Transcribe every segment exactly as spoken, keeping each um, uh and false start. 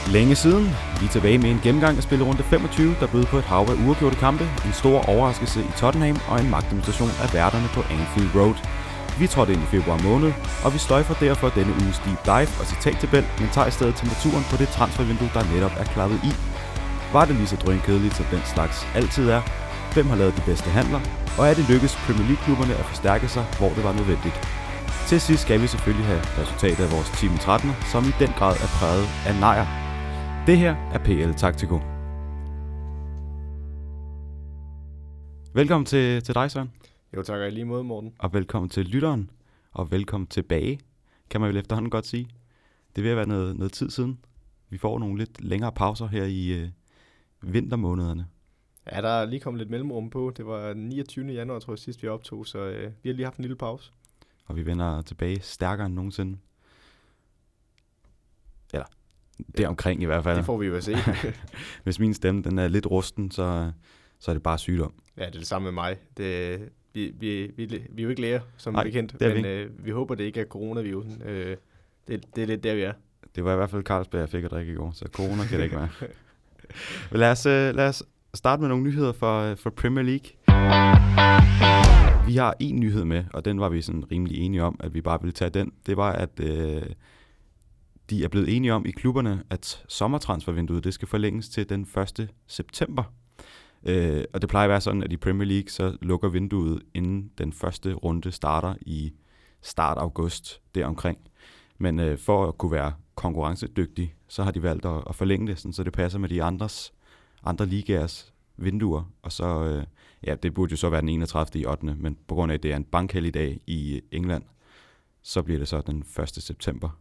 Længe siden. Vi er tilbage med en gennemgang af spillerunde femogtyve, der bød på et hav af uafgjorte kampe, en stor overraskelse i Tottenham og en magtdemonstration af værterne på Anfield Road. Vi trådte ind i februar måned, og vi sløjfer derfor denne uges deep dive og citattabel, men tager i stedet temperaturen på det transfervindue, der netop er klappet i. Var det lige så drønkedeligt, som den slags altid er? Hvem har lavet de bedste handler? Og er det lykkedes Premier League-klubberne at forstærke sig, hvor det var nødvendigt? Til sidst skal vi selvfølgelig have resultatet af vores Team tretten, som i den grad er præget af nejer. Det her er P L Taktiko. Velkommen til, til dig, Søren. Jo, tak og lige måde, Morten. Og velkommen til lytteren, og velkommen tilbage, kan man vel efterhånden godt sige. Det vil være noget, noget tid siden. Vi får nogle lidt længere pauser her i øh, vintermånederne. Ja, der er lige kommet lidt mellemrum på. Det var niogtyvende januar, tror jeg, sidst vi optog, så øh, vi har lige haft en lille pause. Og vi vender tilbage stærkere end nogensinde. Eller deromkring i hvert fald. Det får vi jo at se. Hvis min stemme den er lidt rusten, så, så er det bare sygdom. Ja, det er det samme med mig. Det, vi, vi, vi, vi er jo ikke læger, som Nej, bekendt, men vi. Øh, vi håber, det ikke er coronavirusen. Øh, det, det er lidt der, vi er. Det var i hvert fald Carlsberg, jeg fik at drikke i går, så corona kan det ikke være. Men lad os, uh, lad os starte med nogle nyheder for, uh, for Premier League. Vi har en nyhed med, og den var vi sådan rimelig enige om, at vi bare ville tage den. Det var, at uh, de er blevet enige om i klubberne, at sommertransfervinduet det skal forlænges til den første september. Uh, og det plejer at være sådan, at i Premier League så lukker vinduet, inden den første runde starter i start august deromkring. Men øh, for at kunne være konkurrencedygtig, så har de valgt at, at forlænge det, sådan, så det passer med de andres, andre ligaers vinduer. Og så, øh, ja, det burde jo så være den enogtredivte i ottende men på grund af, at det er en bankhelligdag i England, så bliver det så den første september.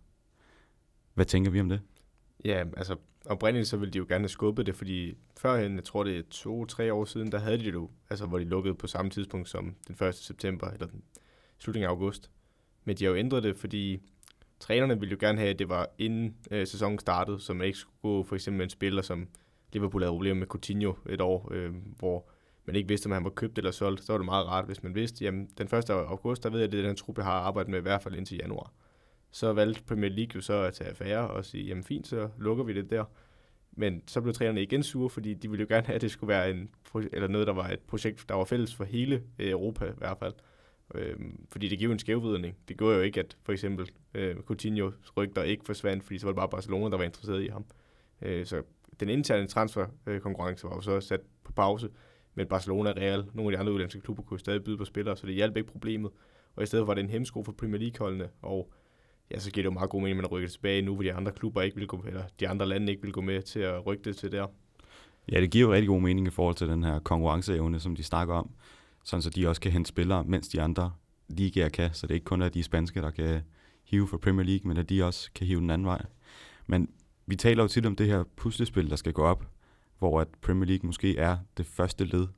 Hvad tænker vi om det? Ja, altså oprindeligt så ville de jo gerne have skubbet det, fordi førhen, jeg tror det er to-tre år siden, der havde de det jo, altså hvor de lukkede på samme tidspunkt som den første september, eller den slutningen af august. Men de har jo ændret det, fordi trænerne ville jo gerne have, at det var inden øh, sæsonen startede, så man ikke skulle gå for eksempel en spiller, som Liverpool havde problemer med Coutinho et år, øh, hvor man ikke vidste, om han var købt eller solgt. Så var det meget rart, hvis man vidste, jamen den første august, der ved jeg, at det er den truppe, jeg har arbejdet med i hvert fald indtil januar. Så valgte Premier League jo så at tage affære og sige, jamen fint, så lukker vi det der. Men så blev trænerne igen sure, fordi de ville jo gerne have, at det skulle være en, eller noget, der var et projekt, der var fælles for hele Europa i hvert fald. Øhm, fordi det giver jo en skævvidning. Det gjorde jo ikke, at for eksempel øh, Coutinho rygter ikke forsvandt, fordi så var det bare Barcelona, der var interesseret i ham. Øh, så den interne transferkonkurrence var jo så sat på pause, men Barcelona, Real, nogle af de andre udlandske klubber kunne stadig byde på spillere, så det hjalp ikke problemet. Og i stedet var det en hemsko for Premier League-holdene, og ja, så giver det jo meget god mening, at man rykker tilbage nu, hvor de andre klubber ikke vil gå, eller de andre lande ikke vil gå med til at rykke det til der. Ja, det giver jo rigtig god mening i forhold til den her konkurrenceevne, som de snakker om. Sådan så de også kan hente spillere, mens de andre ligaer kan. Så det er ikke kun er de spanske, der kan hive for Premier League, men at de også kan hive den anden vej. Men vi taler jo tit om det her puslespil, der skal gå op, hvor at Premier League måske er det første led,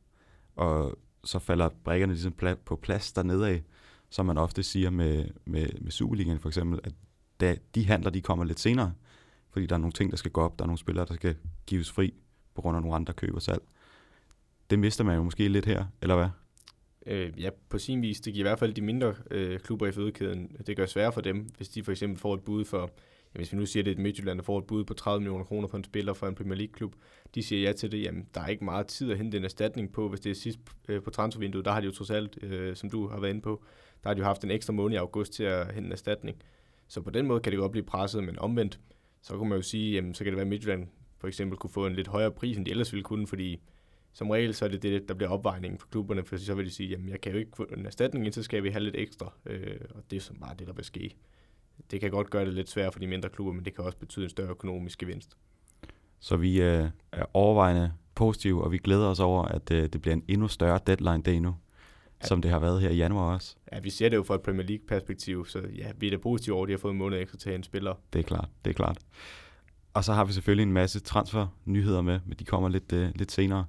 og så falder brikkerne ligesom på plads dernede af, som man ofte siger med, med, med Superligaen for eksempel, at da de handler, de kommer lidt senere, fordi der er nogle ting, der skal gå op, der er nogle spillere, der skal gives fri på grund af nogle andre køb og salg. Det mister man jo måske lidt her, eller hvad? Øh, ja, på sin vis. Det giver i hvert fald de mindre øh, klubber i fødekæden. Det gør sværere for dem, hvis de for eksempel får et bud for, ja, hvis vi nu siger, det er et Midtjylland, der får et bud på tredive millioner kroner for en spiller for en Premier League-klub. De siger ja til det, jamen der er ikke meget tid at hente en erstatning på, hvis det er sidst øh, på transfervinduet. Der har de jo trods alt, øh, som du har været inde på, der har de jo haft en ekstra måned i august til at hente en erstatning. Så på den måde kan det godt blive presset, men omvendt, så kunne man jo sige, jamen så kan det være, at Midtjylland for eksempel kunne få en lidt højere pris, end de ellers ville kunne, fordi som regel så er det det, der bliver opvejningen for klubberne, for så vil de sige, jamen jeg kan jo ikke få en erstatning ind, så skal vi have lidt ekstra, øh, og det er så bare det, der vil ske. Det kan godt gøre det lidt svært for de mindre klubber, men det kan også betyde en større økonomisk gevinst. Så vi øh, er overvejende positive, og vi glæder os over, at øh, det bliver en endnu større deadline day nu, ja, som det har været her i januar også. Ja, vi ser det jo fra et Premier League-perspektiv, så ja, vi er da positive over, at de har fået en måned ekstra til en spiller. Det er klart, det er klart. Og så har vi selvfølgelig en masse transfernyheder med, men de kommer lidt, øh, lidt senere.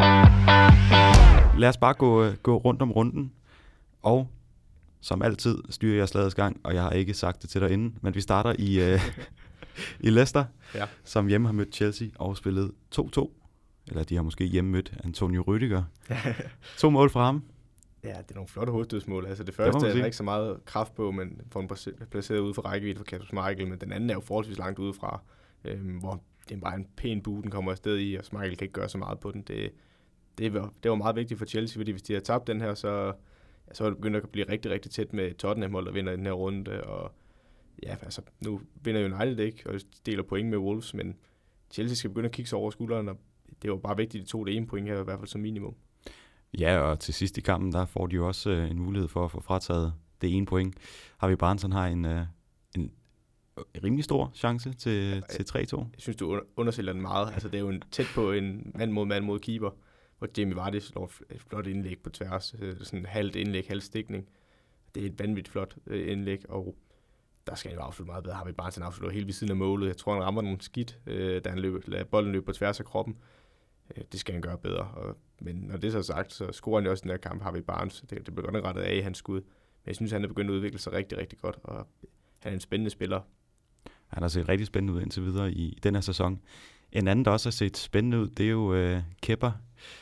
Lad os bare gå, gå rundt om runden, og som altid styrer jeg slagets gang, og jeg har ikke sagt det til dig inden, men vi starter i, øh, i Leicester, ja, som hjemme har mødt Chelsea og spillet to-to, eller de har måske hjemme mødt Antonio Rüdiger. To mål fra ham. Ja, det er nogle flotte hovedstødsmål. Altså det første det er der ikke så meget kraft på, men får en placeret ude for rækkevidde for Kasper Schmeichel, men den anden er jo forholdsvis langt udefra, øhm, hvor det er bare en pæn bue, den kommer afsted i, og Schmeichel kan ikke gøre så meget på den. Det, det, var, det var meget vigtigt for Chelsea, fordi hvis de havde tabt den her, så, ja, så var det begyndt at blive rigtig, rigtig tæt med Tottenham, der vinder den her runde, og ja, altså, nu vinder United ikke, og deler point med Wolves, men Chelsea skal begynde at kigge sig over skulderen, og det var bare vigtigt, at de tog det ene point her, i hvert fald som minimum. Ja, og til sidst i kampen, der får de jo også øh, en mulighed for at få frataget det ene point. Harvey Barnes, han har en, øh, en rimelig stor chance til, ja, til tre to. Jeg synes, du undersælger den meget. Altså, det er jo en, tæt på en mand mod mand mod keeper, hvor Jamie Vardy slår et flot indlæg på tværs. Sådan en halvt indlæg, halv stikning. Det er et vanvittigt flot øh, indlæg, og der skal han jo afslutte meget bedre. Harvey Barnes, han afslutter helt ved siden af målet. Jeg tror, han rammer nogle skidt, øh, da han løber, lader bolden løbe på tværs af kroppen. Øh, det skal han gøre bedre. Og, men når det så er sagt, så scorer han jo også den her kamp, Harvey Barnes. Det, det bliver godt rettet af i hans skud. Men jeg synes, han er begyndt at udvikle sig rigtig, rigtig godt, og han er en spændende spiller. Han har set rigtig spændende ud indtil videre i den her sæson. En anden, der også har set spændende ud, det er jo øh, Kepa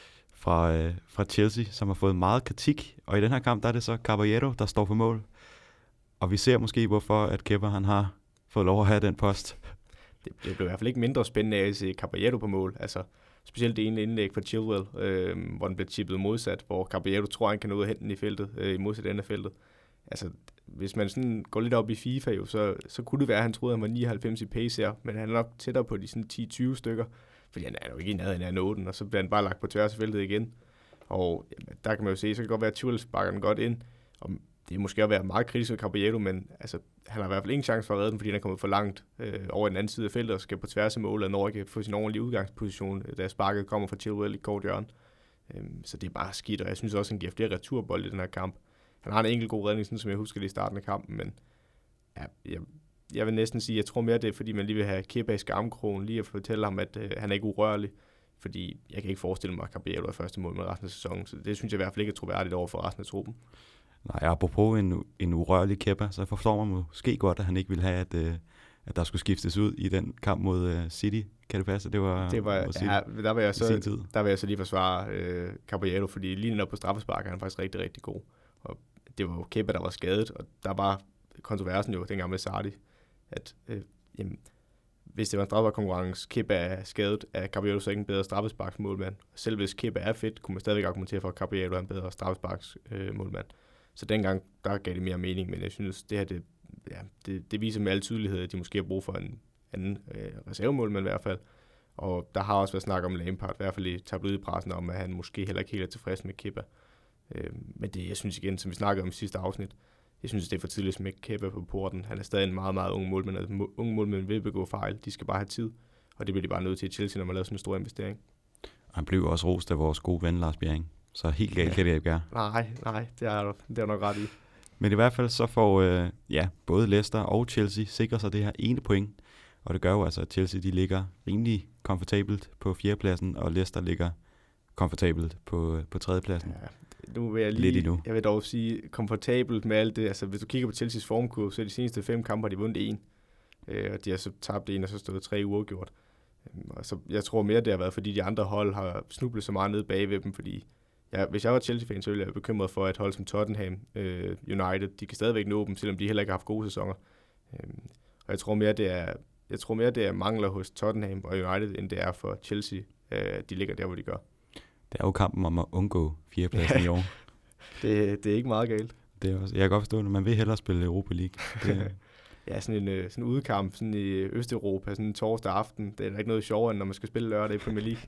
fra, øh, fra Chelsea, som har fået meget kritik. Og i den her kamp, der er det så Caballero, der står for mål. Og vi ser måske, hvorfor at Kepa han har fået lov at have den post. Det, det blev i hvert fald ikke mindre spændende af at se Caballero på mål. Altså, specielt det ene indlæg fra Chilwell, øh, hvor den blev chippet modsat, hvor Caballero tror, han kan nå ud og hente den i feltet, øh, i modsat ende af feltet. Altså, hvis man sådan går lidt op i FIFA, jo, så, så kunne det være, at han troede, at han var nioghalvfems i pace her, men han er nok tættere på de sådan ti til tyve stykker, fordi han er jo ikke i nærheden af nåden, og så bliver han bare lagt på tværs af feltet igen. Og jamen, der kan man jo se, så kan det godt være, at Chilwell sparker den godt ind, og det er måske at være meget kritisk med Caballero, men altså, han har i hvert fald ingen chance for at redde den, fordi han er kommet for langt øh, over den anden side af feltet og skal på tværs af målet, og når ikke få sin ordentlige udgangsposition, da sparket kommer fra Chilwell i kort hjørne. Øhm, så det er bare skidt, og jeg synes også, han giver flere returbold i den her kamp. Han har en enkelt god redning, sådan, som jeg husker det i starten af kampen, men ja, jeg, jeg vil næsten sige, jeg tror mere, det er, fordi man lige vil have Kepa i skamkrogen, lige at fortælle ham, at øh, han er ikke urørlig, fordi jeg kan ikke forestille mig, at Caballero er første mål med resten af sæsonen, så det synes jeg i hvert fald ikke er troværdigt over for resten af truppen. Nej, apropos en, en urørlig Kepa, så forstår man måske godt, at han ikke ville have, at, øh, at der skulle skiftes ud i den kamp mod øh, City. Kan det passe? Det var, det var ja, der vil jeg så der vil jeg så lige forsvare øh, Caballero, fordi lige når på straffespark er han faktisk rigtig, rigtig god. Og det var jo Kepa, der var skadet, og der var kontroversen jo dengang med Sarri, at øh, jamen, hvis det var en straffesparkskonkurrence, Kepa er skadet, er Caballero så ikke en bedre straffesparksmålmand. Selv hvis Kepa er fedt, kunne man stadigvæk argumentere for, at Caballero er en bedre straffesparksmålmand. Øh, Så dengang, der gav det mere mening, men jeg synes, det her, det, ja, det, det viser med al tydelighed, at de måske har brug for en anden øh, reservemålmand i hvert fald. Og der har også været snak om Lampard, i hvert fald i tabloidpressen, om at han måske heller ikke helt er tilfreds med Kepa. Øh, men det, jeg synes igen, som vi snakkede om i sidste afsnit, jeg synes, det er for tidligt at smække Kepa på porten. Han er stadig en meget, meget ung målmand, og må, unge målmænd vil begå fejl. De skal bare have tid, og det bliver de bare nødt til i Chelsea, når man laver sådan en stor investering. Han blev også rost af vores gode ven, Lars Bjerring. Så helt galt ja. kan det ikke være. Nej, nej, det er det er nok ret i. Men i hvert fald så får øh, ja, både Leicester og Chelsea sikrer sig det her ene point. Og det gør jo altså, at Chelsea de ligger rimelig komfortabelt på fjerdepladsen, og Leicester ligger komfortabelt på, på tredjepladsen. Ja, nu vil jeg lige, lidt endnu. Jeg vil dog sige komfortabelt med alt det. Altså hvis du kigger på Chelseas formkurve, så er de seneste fem kampe, har de vundet en. Øh, og de har så tabt en, og så stået tre uafgjort. Og så, jeg tror mere, det har været, fordi de andre hold har snublet så meget ned bag ved dem, fordi ja, hvis jeg var Chelsea-fan, så ville jeg være bekymret for, at hold som Tottenham, øh, United, de kan stadigvæk nå dem, selvom de heller ikke har haft gode sæsoner. Øh, og jeg tror mere, det er, jeg tror mere, det er mangler hos Tottenham og United, end det er for Chelsea, øh, de ligger der, hvor de gør. Det er jo kampen om at undgå fjerdepladsen ja. i år. det, det er ikke meget galt. Det er også, jeg kan godt forstå, at man vil hellere spille Europa League. Det, ja, sådan en sådan udkamp sådan i Østeuropa, sådan en torsdag aften, det er ikke noget sjovere, end når man skal spille lørdag i Premier League.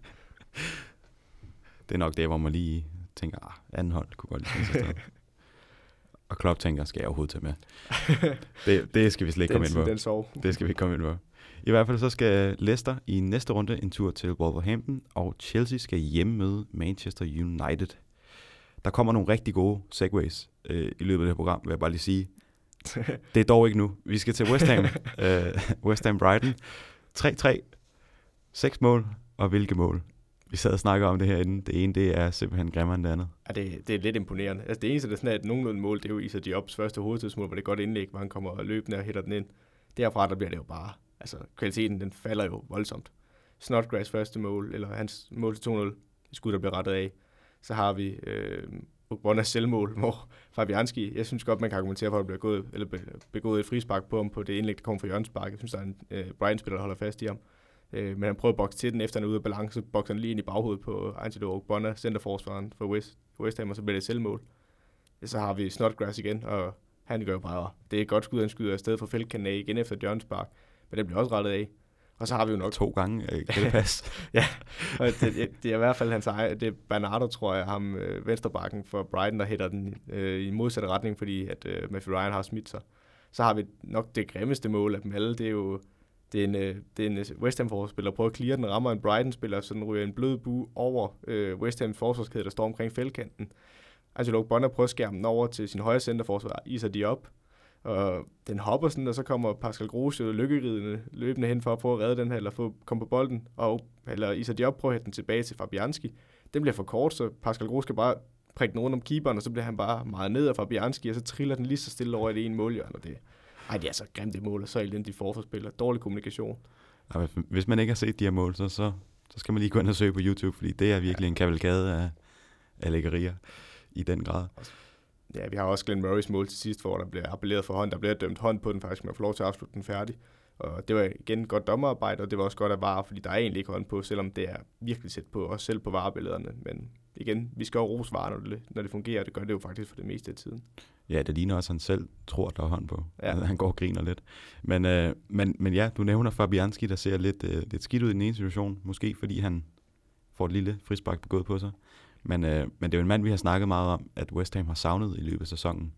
Det er nok det, hvor man lige tænker, ah, anden hold kunne godt lide sig. Og Klopp tænker, skal jeg overhovedet tage med? det, det skal vi slet ikke komme ind på. Den sov. Det skal vi ikke komme ind på. I hvert fald så skal Leicester i næste runde en tur til Wolverhampton, og Chelsea skal hjemme møde Manchester United. Der kommer nogle rigtig gode segways øh, i løbet af det her program, vil jeg bare lige sige. Det er dog ikke nu. Vi skal til West Ham. øh, West Ham Brighton. tre tre. Seks mål, og hvilke mål? Vi sad og snakker om det herinde. Det ene, det er simpelthen grimmere end det andet. Ja, det, det er lidt imponerende. Altså det eneste, der sådan er et nogenlunde mål, det er jo Issa Diops første hovedtidsmål, hvor det er godt indlæg, hvor han kommer løbende og hitter den ind. Derfra, der bliver det jo bare, altså kvaliteten, den falder jo voldsomt. Snodgrass første mål, eller hans mål til to nul, skud, der bliver rettet af. Så har vi øh, Ogbonas selvmål, hvor Fabianski, jeg synes godt, man kan argumentere for, at der bliver gået, eller begået et frispark på ham på det indlæg, der kommer fra hjørnespark. Jeg synes, der er en øh, Brighton-spiller, der holder fast i ham. Øh, men han prøver at bokse til den, efter han er ude af balance, så bokser han lige ind i baghovedet på Angelo Ogbonna, centerforsvaren for West, West Ham, og så bliver det selvmål. Så har vi Snodgrass igen, og han gør jo bare, det er et godt skud, han skyder afsted fra feltkanten af igen efter John Spark, men det bliver også rettet af. Og så har vi jo nok... To gange, kan det passe? Ja, og det, det er i hvert fald hans egen, det er Bernardo, tror jeg, ham øh, venstrebakken for Brighton, der hætter den øh, i modsatte retning, fordi at øh, Matthew Ryan har smidt sig. Så har vi nok det grimmeste mål af dem alle, det er jo det er en, øh, det er en West Ham-forspiller, prøver at clear den, rammer en Brighton-spiller, så den ryger en blød bue over øh, West Hams forsvarskæde, der står omkring feltkanten. Angelo Ogbonna prøver at skærme den over til sin højre centerforsvar, Issa Diop, og den hopper sådan, og så kommer Pascal Gross jo lykkeridende løbende hen for at prøve at redde den her, eller få komme på bolden, og eller Issa Diop prøver at hætte den tilbage til Fabianski. Den bliver for kort, så Pascal Gross skal bare prikke den rundt om keeperen, og så bliver han bare meget ned af Fabianski, og så triller den lige så stille over i det ene målhjørne, og det, ej, det er så grimt det mål, og så elendigt forsvarsspiller, dårlig kommunikation. Ja, hvis man ikke har set de her mål, så, så, så skal man lige gå ind og søge på YouTube, fordi det er virkelig ja. en kavalkade af, af lækkerier i den grad. Ja, vi har også Glenn Murrays mål til sidst, hvor der bliver appelleret for hånd. Der bliver dømt hånd på den faktisk, man får lov til at afslutte den færdig. Og det var igen godt dommerarbejde, og det var også godt at vare, fordi der er egentlig ikke hånd på, selvom det er virkelig sæt på, også selv på varebillederne. Men igen, vi skal jo rose vare, når det, når det fungerer, det gør det jo faktisk for det meste af tiden. Ja, det ligner også, at han selv tror, der er hånd på. Ja. Han går og griner lidt. Men, øh, men, men ja, du nævner Fabianski, der ser lidt, øh, lidt skidt ud i den ene situation, måske fordi han får et lille frispark begået på sig. Men, øh, men det er jo en mand, vi har snakket meget om, at West Ham har savnet i løbet af sæsonen.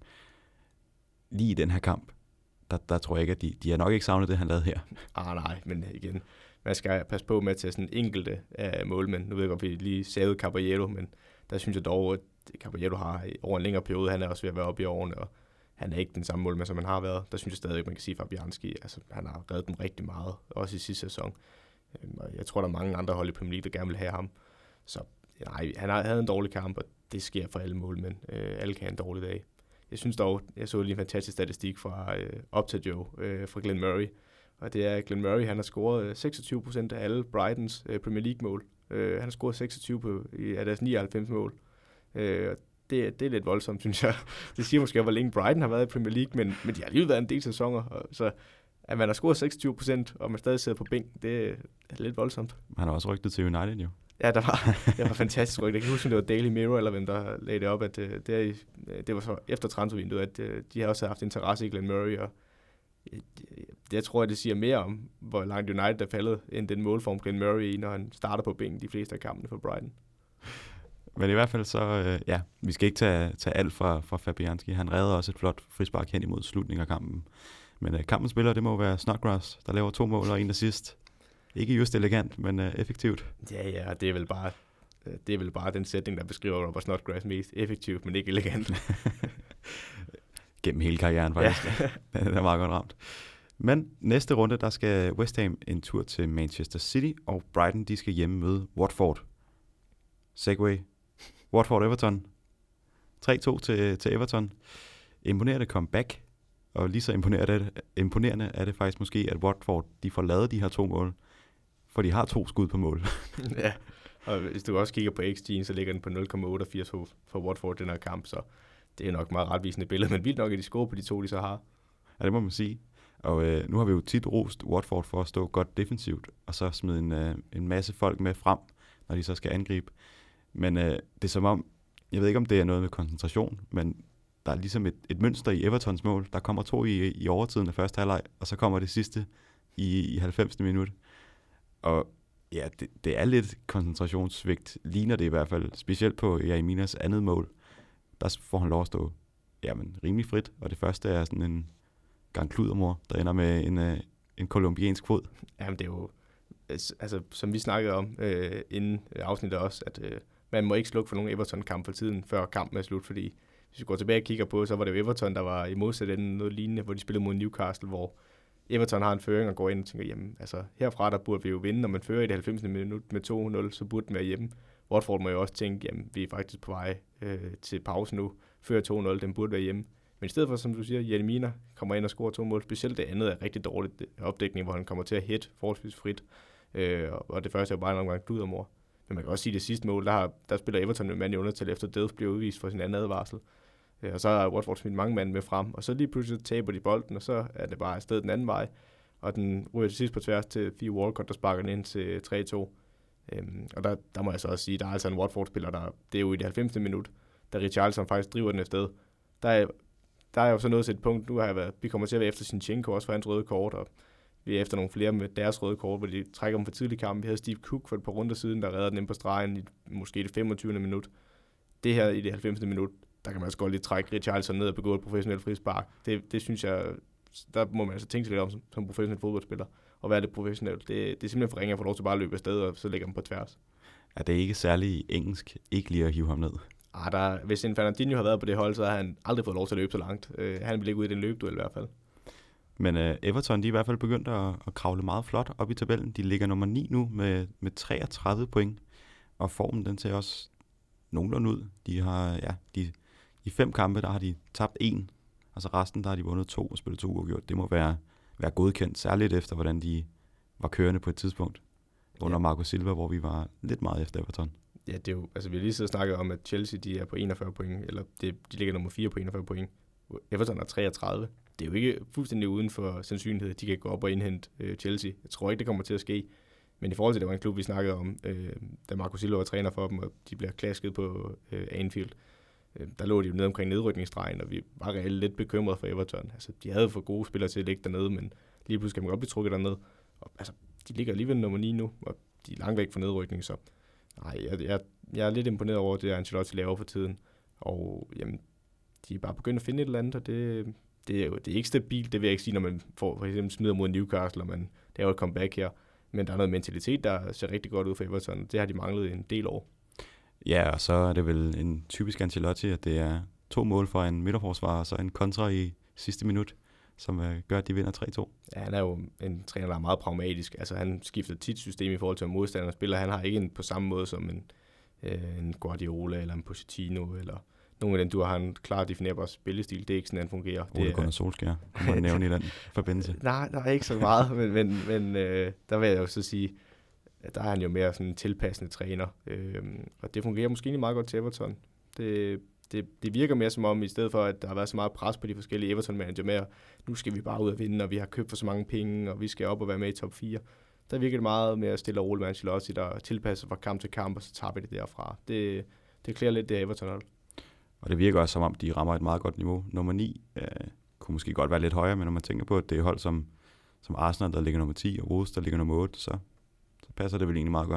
Lige i den her kamp, der, der tror jeg ikke, at de, de har nok ikke savnet det, han lavede her. Ah nej, men igen, man skal passe på med at tage sådan enkelte af målmænd. Nu ved jeg godt, at vi lige savede Caballero, men der synes jeg dog, at Caballero har over en længere periode, han er også ved at være oppe i årene, og han er ikke den samme målmand, som han har været. Der synes jeg stadig, at man kan sige Fabianski, altså han har reddet dem rigtig meget, også i sidste sæson. Og jeg tror, der er mange andre hold i Premier League, der gerne vil have ham. Så nej, han havde en dårlig kamp, og det sker for alle målmænd. Øh, alle kan have en dårlig dag. Jeg synes dog, jeg så lige en fantastisk statistik fra øh, Optajo øh, fra Glenn Murray, og det er, at Glenn Murray, han har scoret øh, seksogtyve procent af alle Brightons øh, Premier League-mål. Øh, han har scoret seksogtyve på, i, af deres nioghalvfems mål. Øh, det, det er lidt voldsomt, synes jeg. Det siger måske, hvor længe Brighton har været i Premier League, men, men de har alligevel været en del sæsoner, og så at man har scoret seksogtyve procent, og man stadig sidder på bænken, det er lidt voldsomt. Han har også rygtet til United, jo. Ja, der var, det var fantastisk rygte. Jeg kan huske, om det var Daily Mirror, eller hvem der lagde det op, at uh, det, er, det var så efter transfervinduet, at uh, de har også haft interesse i Glenn Murray, og uh, det, jeg tror, at det siger mere om, hvor langt United er faldet, end den målform Glenn Murray i, når han starter på bænken de fleste af kampene for Brighton. Men i hvert fald så, uh, ja, vi skal ikke tage, tage alt fra, fra Fabianski. Han redder også et flot frispark hen imod slutningen af kampen. Men uh, kampens spiller, det må være Snodgrass, der laver to mål og en assist. Ikke just elegant, men uh, effektivt. Ja, ja, det er vel bare det er vel bare den sætning, der beskriver Robert Snodgrass mest effektivt, men ikke elegant. Gennem hele karrieren faktisk. Ja. Det er meget godt ramt. Men næste runde, der skal West Ham en tur til Manchester City, og Brighton, de skal hjemme møde Watford. Segway. Watford-Everton. tre to til, til Everton. Imponerende comeback. Og lige så imponerende, imponerende er det faktisk måske, at Watford, de får lavet de her to mål. For de har to skud på mål. Ja, og hvis du også kigger på X G'en, så ligger den på nul komma otteogfirs for Watford den her kamp, så det er nok meget retvisende billede, men vildt nok, at de scorer på de to, de så har. Ja, det må man sige. Og øh, nu har vi jo tit rost Watford for at stå godt defensivt, og så smide en, øh, en masse folk med frem, når de så skal angribe. Men øh, det er som om, jeg ved ikke om det er noget med koncentration, men der er ligesom et, et mønster i Evertons mål. Der kommer to i, i overtiden af første halvleg, og så kommer det sidste i, i halvfemsende minut. Og ja, det, det er lidt koncentrationssvigt, ligner det i hvert fald, specielt på Jereminas andet mål. Der får han lov at stå jamen, rimelig frit, og det første er sådan en gang kludermor, der ender med en, øh, en kolumbiansk fod. Jamen det er jo, altså som vi snakkede om øh, inden afsnittet også, at øh, man må ikke slukke for nogen Everton-kamp for tiden, før kampen er slut, fordi hvis vi går tilbage og kigger på, så var det jo Everton, der var i modsætning noget lignende, hvor de spillede mod Newcastle, hvor Everton har en føring og går ind og tænker, jamen altså herfra der burde vi jo vinde, når man fører i det halvfemsende minut med to nul, så burde den være hjemme. Watford må jo også tænke, jamen vi er faktisk på vej øh, til pause nu, fører to nul, den burde være hjemme. Men i stedet for, som du siger, Jeremina kommer ind og scorer to mål, specielt det andet er rigtig dårligt opdækning, hvor han kommer til at hit forholdsvis frit, øh, og det første er jo bare en omgang kludermor. Men man kan også sige, at det sidste mål, der, har, der spiller Everton med mand i undertal, efter Delph bliver udvist for sin anden advarsel. Og så har Watford smidt mange mand med frem, og så lige pludselig taber de bolden, og så er det bare afsted den anden vej. og den ryger til sidst på tværs til Theo Walcott, der sparker den ind til tre to. Øhm, og der, der må jeg så også sige, der er altså en Watford-spiller, der, det er jo i det halvfemte minut, da Richarlison faktisk driver den afsted. Der er, der er jo så nået til et punkt, nu har jeg været, vi kommer til at være efter Zinchenko også for hans røde kort, og vi er efter nogle flere med deres røde kort, hvor de trækker dem for tidlig kamp. Vi havde Steve Cook for et par runder siden, der redder den ind på stregen i måske det femogtyvende minut. Det her i det halvfemte minut, der kan man også godt lige trække Richarlison ned og begå et professionelt frispark. Det, det synes jeg, der må man altså tænke sig lidt om som, som professionel fodboldspiller, og være det professionelt. Det, det er simpelthen for ringe at få lov til bare at løbe afsted, og så lægger dem på tværs. Er det ikke særlig engelsk, ikke lige at hive ham ned? Ah, der, hvis en Fernandinho har været på det hold, så har han aldrig fået lov til at løbe så langt. Uh, han vil ikke ud i den løbeduel i hvert fald. Men uh, Everton, de er i hvert fald begyndt at, at kravle meget flot op i tabellen. De ligger nummer ni nu med, med treogtredive point, og formen den ser også nogenlunde ud. De har, ja, de, i fem kampe, der har de tabt en, altså resten, der har de vundet to og spillet to uafgjort. Det må være, være godkendt, særligt efter, hvordan de var kørende på et tidspunkt under ja. Marco Silva, hvor vi var lidt meget efter Everton. Ja, det er jo, altså vi har lige så snakket om, at Chelsea, de er på enogfyrre point, eller det, de ligger nummer fire på enogfyrre point. Everton er treogtredive. Det er jo ikke fuldstændig uden for sandsynlighed, at de kan gå op og indhente øh, Chelsea. Jeg tror ikke, det kommer til at ske. Men i forhold til, det var en klub, vi snakkede om, øh, da Marco Silva var træner for dem, og de bliver klasket på øh, Anfield, øh, der lå de jo nede omkring nedrykningsstregen, og vi var reelt lidt bekymrede for Everton. Altså, de havde for gode spillere til at ligge dernede, men lige pludselig kan man godt blive trukket dernede. Og, altså, de ligger alligevel nummer ni nu, og de er langt væk fra nedrykning, så nej, jeg, jeg, jeg er lidt imponeret over det, Ancelotti laver for tiden. Og jamen, de er bare begyndt at finde et eller andet, og det, det, er jo det er ikke stabilt, det vil jeg ikke sige, når man får, for eksempel smider mod Newcastle, og man laver et comeback her. Men der er noget mentalitet, der ser rigtig godt ud for Everton. Det har de manglet en del år. Ja, og så er det vel en typisk Ancelotti, at det er to mål for en midterforsvar, og så en kontra i sidste minut, som uh, gør, at de vinder tre to. Ja, han er jo en træner, der er meget pragmatisk. Altså, han skifter tit system i forhold til, at modstanderne spiller. Han har ikke en på samme måde som en, øh, en Guardiola eller en Pochettino, eller nogle af dem, du har en klart definerbar spillestil. Det er ikke sådan, han fungerer. Ole Gunnar Solskjaer, kunne man nævne i den forbindelse. Nej, der er ikke så meget, men, men, men øh, der vil jeg jo så sige, at der er han jo mere sådan en tilpassende træner. Øh, og det fungerer måske ikke meget godt til Everton. Det, det, det virker mere som om, i stedet for, at der har været så meget pres på de forskellige Everton-manager med, nu skal vi bare ud og vinde, og vi har købt for så mange penge, og vi skal op og være med i top fire. Der virker det meget mere stille og roligt med Ancelotti, der tilpasser fra kamp til kamp, og så tager vi det derfra. Det, det klæder lidt det Everton. Og det virker også som om, de rammer et meget godt niveau. Nummer ni øh, kunne måske godt være lidt højere, men når man tænker på, at det er hold som, som Arsenal, der ligger nummer ti, og Wolves, der ligger nummer otte, så, så passer det vel egentlig meget godt.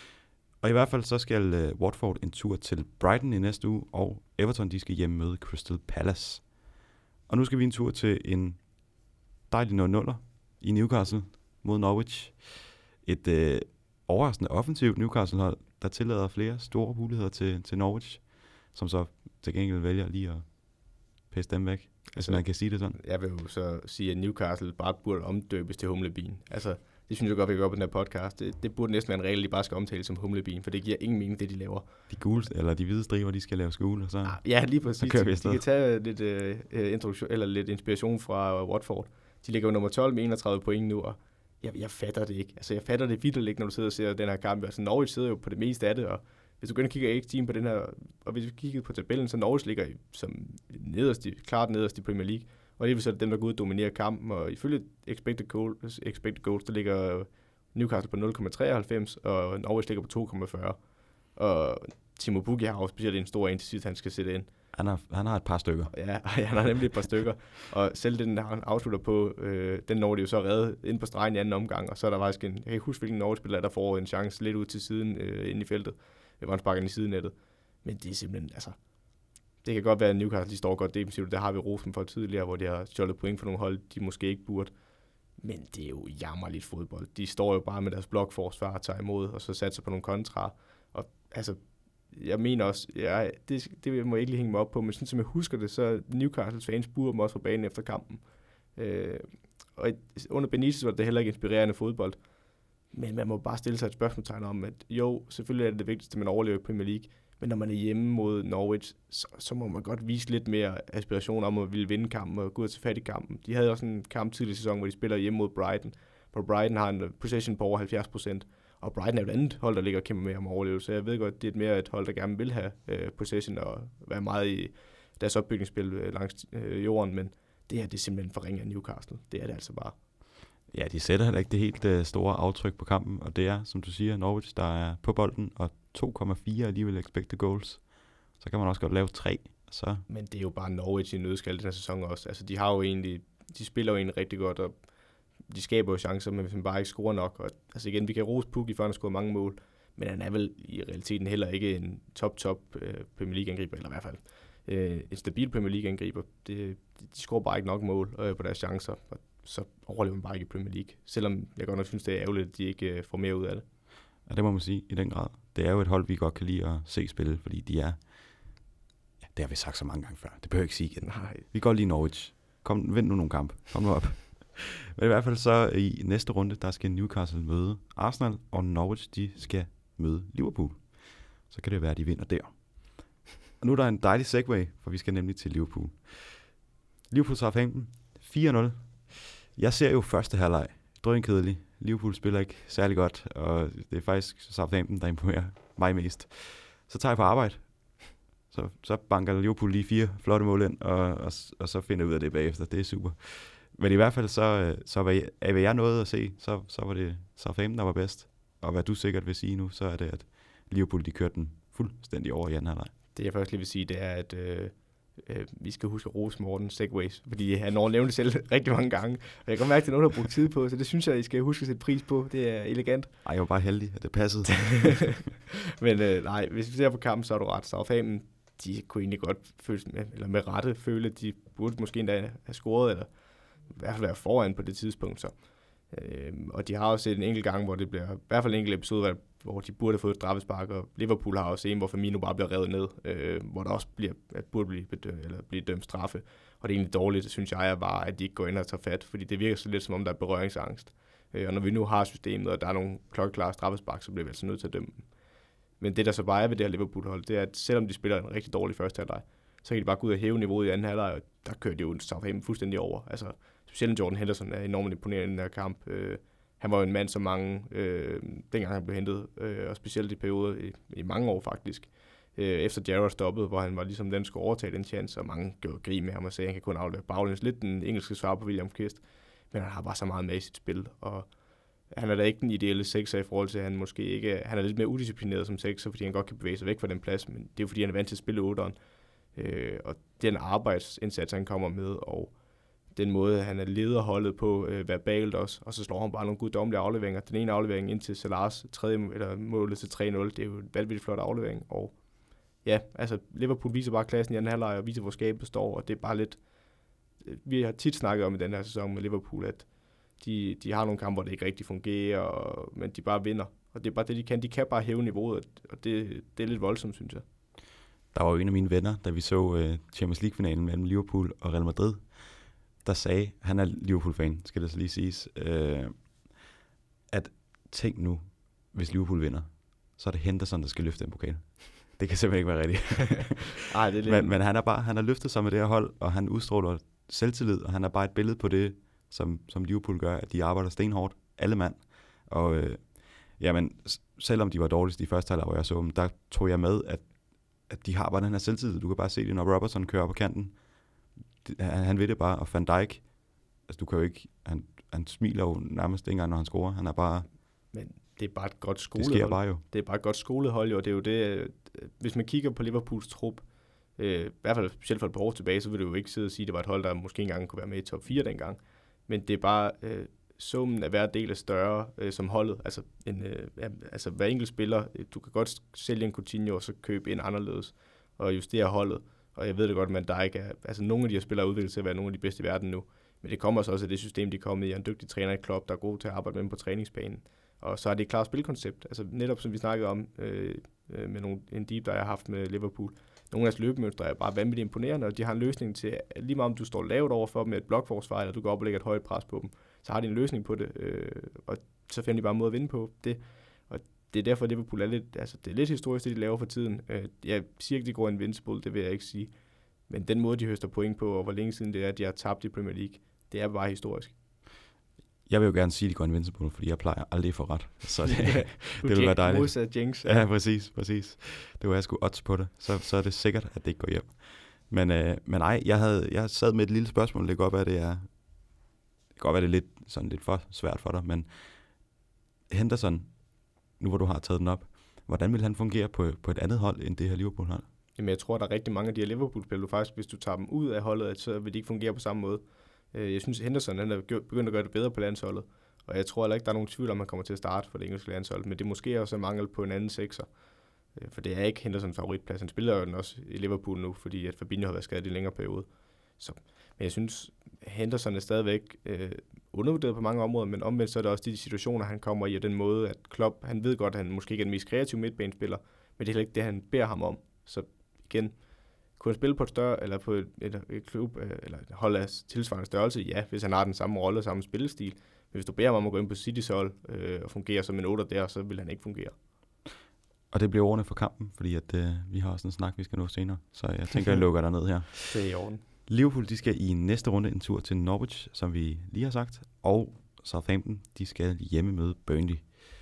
Og i hvert fald så skal øh, Watford en tur til Brighton i næste uge, og Everton de skal hjemme møde Crystal Palace. Og nu skal vi en tur til en dejlig nul nuller i Newcastle mod Norwich. Et øh, overraskende offensivt Newcastle-hold, der tillader flere store muligheder til, til Norwich, som så til gengæld vælger lige at pisse dem væk, hvis altså, man kan sige det sådan. Jeg vil jo så sige, at Newcastle bare burde omdøbes til humlebien. Altså, det synes jeg godt, vi kan gøre på den her podcast. Det, det burde næsten være en regel, de bare skal omtale som humlebien, for det giver ingen mening, det de laver. De gule, eller de hvide striber, de skal lave skole, og så ja, lige præcis. Så kører vi de kan tage lidt, uh, introduktion, eller lidt inspiration fra uh, Watford. De ligger jo nummer tolv med enogtredive point nu, og jeg, jeg fatter det ikke. Altså, jeg fatter det vitterligt, når du sidder og ser den her kamp. Altså, Norwich sidder jo på det meste af det, og hvis du går ind og kigger X G på den her, og hvis du kigger på tabellen, så Norwich ligger som nederst, klart nederst i Premier League. Og det vil så er det dem, der går ud og dominerer kampen, og ifølge expected goals, expected goals der ligger Newcastle på nul komma treoghalvfems, og Norwich ligger på to komma fyrre. Og Timo Pukki har også specielt en stor en til sidst, han skal sætte ind. Han har, han har et par stykker. Ja, han har nemlig et par stykker. Og selv den, han afslutter på, øh, den når de jo så reddet ind på stregen i anden omgang, og så er der faktisk en, jeg kan ikke huske, hvilken Norwich-spiller, der får en chance lidt ud til siden øh, inde i feltet, hvor han sparker i sidenettet. Men det er simpelthen, altså, det kan godt være, at Newcastle de står godt defensivt, der har vi rosen for tidligere, hvor de har stjålet point for nogle hold, de måske ikke burde. Men det er jo jammerligt fodbold. De står jo bare med deres blokforsvar og tager imod, og så satser på nogle kontra. Og altså, jeg mener også, ja, det, det må jeg ikke lige hænge mig op på, men sådan som jeg husker det, så Newcastles fans burde dem også fra banen efter kampen. Øh, og under Benitez var det heller ikke inspirerende fodbold. Men man må bare stille sig et spørgsmålstegn om, at jo, selvfølgelig er det det vigtigste, at man overlever i Premier League, men når man er hjemme mod Norwich, så, så må man godt vise lidt mere aspiration om at ville vinde kampen og gå ud til fat i kampen. De havde også en kamp tidlig i sæsonen, hvor de spiller hjemme mod Brighton, hvor Brighton har en possession på over halvfjerds procent, og Brighton er jo et andet hold, der ligger og kæmper med om overlevelse. Så jeg ved godt, det er et mere et hold, der gerne vil have øh, possession og være meget i deres opbygningsspil øh, langs øh, jorden, men det her det er simpelthen for ringe af Newcastle. Det er det altså bare. Ja, de sætter heller ikke det helt uh, store aftryk på kampen, og det er, som du siger, Norwich, der er på bolden, og to komma fire alligevel expected goals. Så kan man også godt lave tre. Så. Men det er jo bare Norwich i nødskal den her sæson også. Altså, de har jo egentlig, de spiller jo egentlig rigtig godt, og de skaber jo chancer, men hvis man bare ikke scorer nok. Og, altså igen, vi kan rose Pukki, for han har scoret mange mål, men han er vel i realiteten heller ikke en top-top øh, Premier League-angriber, eller i hvert fald øh, en stabil Premier League-angriber. Det, de scorer bare ikke nok mål øh, på deres chancer, og så overlever man bare ikke i Premier League. Selvom jeg godt nok synes, det er ærgerligt, at de ikke øh, får mere ud af det. Ja, det må man sige i den grad. Det er jo et hold, vi godt kan lide at se spille, fordi de er... Ja, det har vi sagt så mange gange før. Det behøver jeg ikke sige igen. Nej. Vi kan godt lide Norwich. Kom, vind nu nogle kampe. Kom nu op. Men i hvert fald så i næste runde, der skal Newcastle møde Arsenal, og Norwich, de skal møde Liverpool. Så kan det være, at de vinder der. Og nu er der en dejlig segway, for vi skal nemlig til Liverpool. Liverpool Southampton fire nul. Jeg ser jo første halvleg. Drønkedelig. Liverpool spiller ikke særlig godt, og det er faktisk Southampton, der imponerer mig mest. Så tager jeg på arbejde. Så, så banker Liverpool lige fire flotte mål ind, og, og, og så finder jeg ud af det bagefter. Det er super. Men i hvert fald, så, så hvad, hvad jeg nåede at se, så, så var det Southampton, der var bedst. Og hvad du sikkert vil sige nu, så er det, at Liverpool, de kørte den fuldstændig over i anden halvleg. Det jeg først lige vil sige, det er, at øh, øh, vi skal huske at rose Morten segways, fordi han har nævnt det selv rigtig mange gange. Og jeg kan godt mærke, at det er noget, der har brugt tid på, så det synes jeg, I skal huske at sætte pris på. Det er elegant. Ej, jeg var bare heldig, at det passede. Men øh, nej, hvis vi ser på kampen, så er du ret. Southampton, de kunne egentlig godt føle, eller med rette føle, at de burde måske endda have scoret, eller i hvert fald være foran på det tidspunkt. Så. Øh, og de har også set en enkelt gang, hvor det bliver, i hvert fald en enkelt episode, hvor de burde have fået et straffespark, og Liverpool har også en, hvor Firmino bare bliver revet ned, øh, hvor der også bliver, at burde blive, bedømt, eller blive dømt straffe. Og det er egentlig dårligt, synes jeg, er bare, at de ikke går ind og tager fat, fordi det virker så lidt, som om der er berøringsangst. Øh, og når vi nu har systemet, og der er nogle klokkeklare straffespark, så bliver vi altså nødt til at dømme dem. Men det, der så bare er ved det her Liverpool-hold, det er, at selvom de spiller en rigtig dårlig første halvleg, så kan de bare gå ud og hæve niveauet i anden halvleg, og der kører de jo Southampton fuldstændig over. Altså, specielt Jordan Henderson er enormt imponerende i den her kamp. Øh, han var jo en mand, som mange, øh, dengang han blev hentet, øh, og specielt i perioder i, i mange år faktisk, øh, efter Gerrard stoppede, hvor han var ligesom den, der skulle overtage den chance, og mange gjorde grin med ham og sagde, at han kan kun aflevere baglæns. Lidt den engelske svar på William Kvist, men han har bare så meget med i sit spil, og han er da ikke den ideelle sekser i forhold til, at han måske ikke, han er lidt mere udisciplineret som sekser, fordi han godt kan bevæge sig væk fra den plads, men det er jo fordi, han er vant til at spille otteren. Øh, og den arbejdsindsats, han kommer med, og den måde, han er lederholdet på øh, verbalt også, og så slår han bare nogle guddommelige afleveringer. Den ene aflevering ind til Salahs tredje, eller målet til tre nul, det er jo en vanvittigt flot aflevering, og ja, altså Liverpool viser bare klassen i anden halvleg, og viser, hvor skabet står, og det er bare lidt, vi har tit snakket om i den her sæson med Liverpool, at de, de har nogle kampe, hvor det ikke rigtig fungerer, og, men de bare vinder, og det er bare det, de kan. De kan bare hæve niveauet, og det, det er lidt voldsomt, synes jeg. Der var jo en af mine venner, da vi så uh, Champions League-finalen mellem Liverpool og Real Madrid, der sagde, han er Liverpool-fan, skal det så lige siges, øh, at tænk nu, hvis Liverpool vinder, så er det Henderson, der skal løfte den pokal. Det kan simpelthen ikke være rigtigt. Ej, det er lidt... men, men han er bare, han har løftet sig med det her hold, og han udstråler selvtillid, og han er bare et billede på det, som, som Liverpool gør, at de arbejder stenhårdt, alle mand. Og øh, jamen, selvom de var dårligst i første halvleg, hvor jeg så dem, der tog jeg med, at, at de har bare den her selvtillid. Du kan bare se det, når Robertson kører på kanten. Han, han ved det bare, og Van Dijk, altså du kan jo ikke, han, han smiler jo nærmest ikke engang, når han scorer. Han er bare... Men det er bare et godt skolehold. Det sker bare jo. Det er bare et godt skolehold, jo, og det er jo det, hvis man kigger på Liverpools trup, øh, i hvert fald specielt for et par år tilbage, så vil du jo ikke sidde og sige, at det var et hold, der måske engang kunne være med i top fire dengang. Men det er bare, øh, summen af hver del er større øh, som holdet. Altså, en, øh, altså hver enkelt spiller, du kan godt sælge en Coutinho og så købe en anderledes og justere holdet. Og jeg ved det godt, at der ikke er, altså nogle af de her spillere er udviklet til at være nogle af de bedste i verden nu. Men det kommer så også af det system, de er kommet i, en dygtig træner i Klopp, der er god til at arbejde med dem på træningsbanen. Og så er det et klart spilkoncept. Altså netop som vi snakkede om øh, med nogle, en deep, der jeg har haft med Liverpool. Nogle af deres løbemønstre er bare vanvittigt imponerende, og de har en løsning til, at lige meget om du står lavt over for dem med et blokforsvar, eller du går op og lægger et højt pres på dem, så har de en løsning på det, øh, og så finder de bare en måde at vinde på det. Og det er derfor, at Liverpool er lidt, altså det er lidt historisk, det de laver for tiden. Øh, jeg siger ikke, de går invincible, det vil jeg ikke sige. Men den måde, de høster point på, og hvor længe siden det er, at de har tabt i Premier League, det er bare historisk. Jeg vil jo gerne sige, at de går invincible, fordi jeg plejer aldrig at få ret. Så det, det vil være dejligt. Modsat Jinx. Ja. Ja, præcis, præcis. Det var jeg sgu odds på det. Så, så er det sikkert, at det ikke går hjem. Men, øh, men ej, jeg, havde, jeg sad med et lille spørgsmål, det går op af, det er godt være, det er lidt, sådan lidt for svært for dig, men Henderson, nu hvor du har taget den op, hvordan vil han fungere på, på et andet hold, end det her Liverpool-hold? Jamen, jeg tror, der er rigtig mange af de her Liverpool-spillere, faktisk, hvis du tager dem ud af holdet, så vil de ikke fungere på samme måde. Jeg synes, Henderson han er begyndt at gøre det bedre på landsholdet, og jeg tror heller ikke, der er nogen tvivl om, han kommer til at starte for det engelske landshold, men det er måske også en mangel på en anden sekser, for det er ikke Hendersons favoritplads. Han spiller jo den også i Liverpool nu, fordi at Fabinho har været skadet i en længere periode. Så, men jeg synes, Henderson er stadigvæk øh, undervurderet på mange områder, men omvendt så er det også de situationer, han kommer i, og den måde, at Klopp, han ved godt, at han måske ikke er den mest kreative midtbanespiller, men det er heller ikke det, han beder ham om. Så igen, kunne han spille på et større, eller på et, et, et klub, eller et hold af tilsvarende størrelse? Ja, hvis han har den samme rolle og samme spillestil. Men hvis du beder ham om at gå ind på City's hold øh, og fungere som en otter der, så vil han ikke fungere. Og det bliver ordene for kampen, fordi at, øh, vi har også en snak, vi skal nå senere. Så jeg tænker, jeg lukker dig ned her. Det er i orden. Liverpool, de skal i næste runde en tur til Norwich, som vi lige har sagt. Og Southampton, de skal hjemme møde Burnley.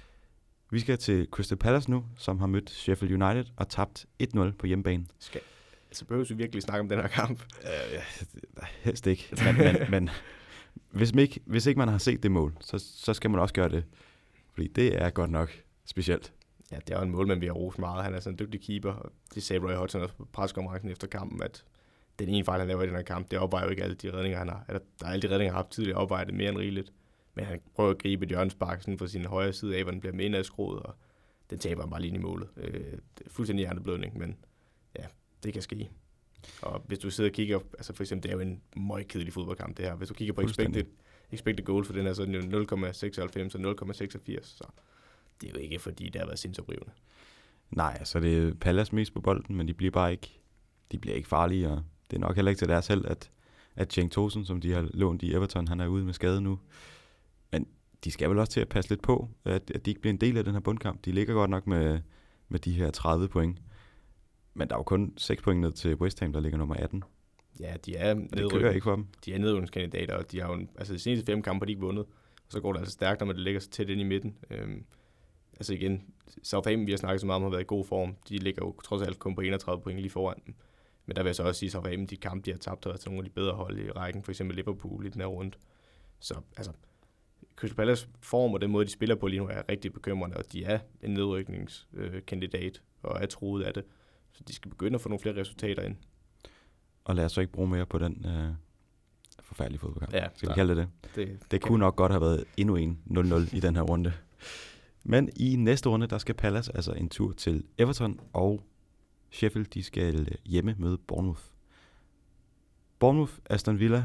Vi skal til Crystal Palace nu, som har mødt Sheffield United og tabt et nul på hjemmebane. Skal, altså behøver vi virkelig snakke om den her kamp? Uh, ja, helst ikke. Men, men, men hvis, man ikke, hvis ikke man har set det mål, så, så skal man også gøre det. Fordi det er godt nok specielt. Ja, det er jo en målmand, vi har rost meget. Han er sådan en dygtig keeper. Og det sagde Roy Hodgson også på pressekonferencen efter kampen, at den ene fejl, han laver i den her kamp, det opvejer jo ikke alle de redninger, han har. Eller, der er alle de redninger, han har haft tidligere opvejet mere end rigeligt. Men han prøver at gribe et hjørnespark sådan fra sin højre side af, hvor den bliver med indadskruet, og den taber han bare lige i målet. Øh, det er fuldstændig hjerneblødning, men ja, det kan ske. Og hvis du sidder og kigger, altså for eksempel, det er jo en meget kedelig fodboldkamp, det her. Hvis du kigger på expected, expected goals for den her, så er den jo nul komma seksoghalvfems og nul komma seksogfirs, så det er jo ikke, fordi det har været sindsoprivende. Nej, altså det er Palace mest på bolden, men de bliver bare ikke, de bliver ikke farlige, og det er nok heller ikke til deres held, at, at Cenk Tosun, som de har lånt i Everton, han er ude med skade nu. Men de skal vel også til at passe lidt på, at, at de ikke bliver en del af den her bundkamp. De ligger godt nok med, med de her tredive point. Men der er jo kun seks point ned til West Ham, der ligger nummer atten. Ja, de er det kører ikke for dem. De er nedrykningskandidater, og de har jo, altså de seneste fem kampe, de ikke vundet. Og så går det altså stærkt, når det ligger så tæt ind i midten. Øhm, altså igen, Southampton, vi har snakket så meget om, har været i god form. De ligger jo trods alt kun på enogtredive point lige foran dem. Men der vil jeg så også sige, at Southampton, de kampe, de har tabt, har været til nogle af de bedre hold i rækken. For eksempel Liverpool i den her runde. Så altså, Crystal Palace form og den måde, de spiller på lige nu, er rigtig bekymrende, og de er en nedrykningskandidat øh, og er truet af det. Så de skal begynde at få nogle flere resultater ind. Og lad os så ikke bruge mere på den øh, forfærdelige fodboldkamp. Ja, skal vi kalde det det? Det, det kunne nok godt have været endnu en nul nul i den her runde. Men i næste runde, der skal Palace altså en tur til Everton, og Sheffield, de skal hjemme møde Bournemouth. Bournemouth, Aston Villa,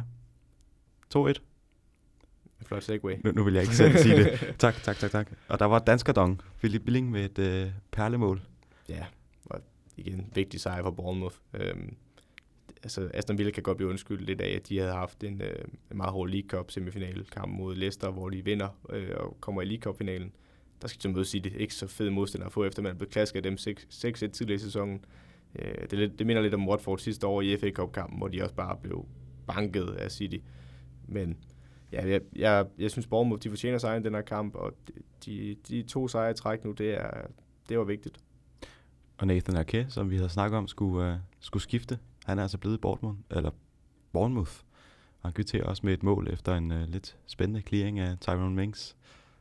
to et. Flot segway. Nu, nu vil jeg ikke selv sige det. Tak, tak, tak, tak. Og der var danskerdong, Philip Billing med et øh, perlemål. Ja, og igen, vigtig sejr for Bournemouth. Øhm, altså, Aston Villa kan godt blive undskyldt lidt af, at de havde haft en, øh, en meget hård League Cup semifinale kamp mod Leicester, hvor de vinder øh, og kommer i League Cup-finalen. Der skal de møde City. Ikke så fed modstander at få, efter man er blevet klasket af dem seks et tidligere i sæsonen. Øh, det, lidt, det minder lidt om Watford sidste år i F A Cup-kampen, hvor de også bare blev banket af City. Men ja, jeg, jeg, jeg synes, Bournemouth, de fortjener sejren i den her kamp, og de, de to sejre i træk nu, det, er, det var vigtigt. Og Nathan Ake, som vi havde snakket om, skulle, uh, skulle skifte. Han er altså blevet i Bournemouth, eller Bournemouth. Og han kvitterer også med et mål efter en uh, lidt spændende clearing af Tyrone Mings.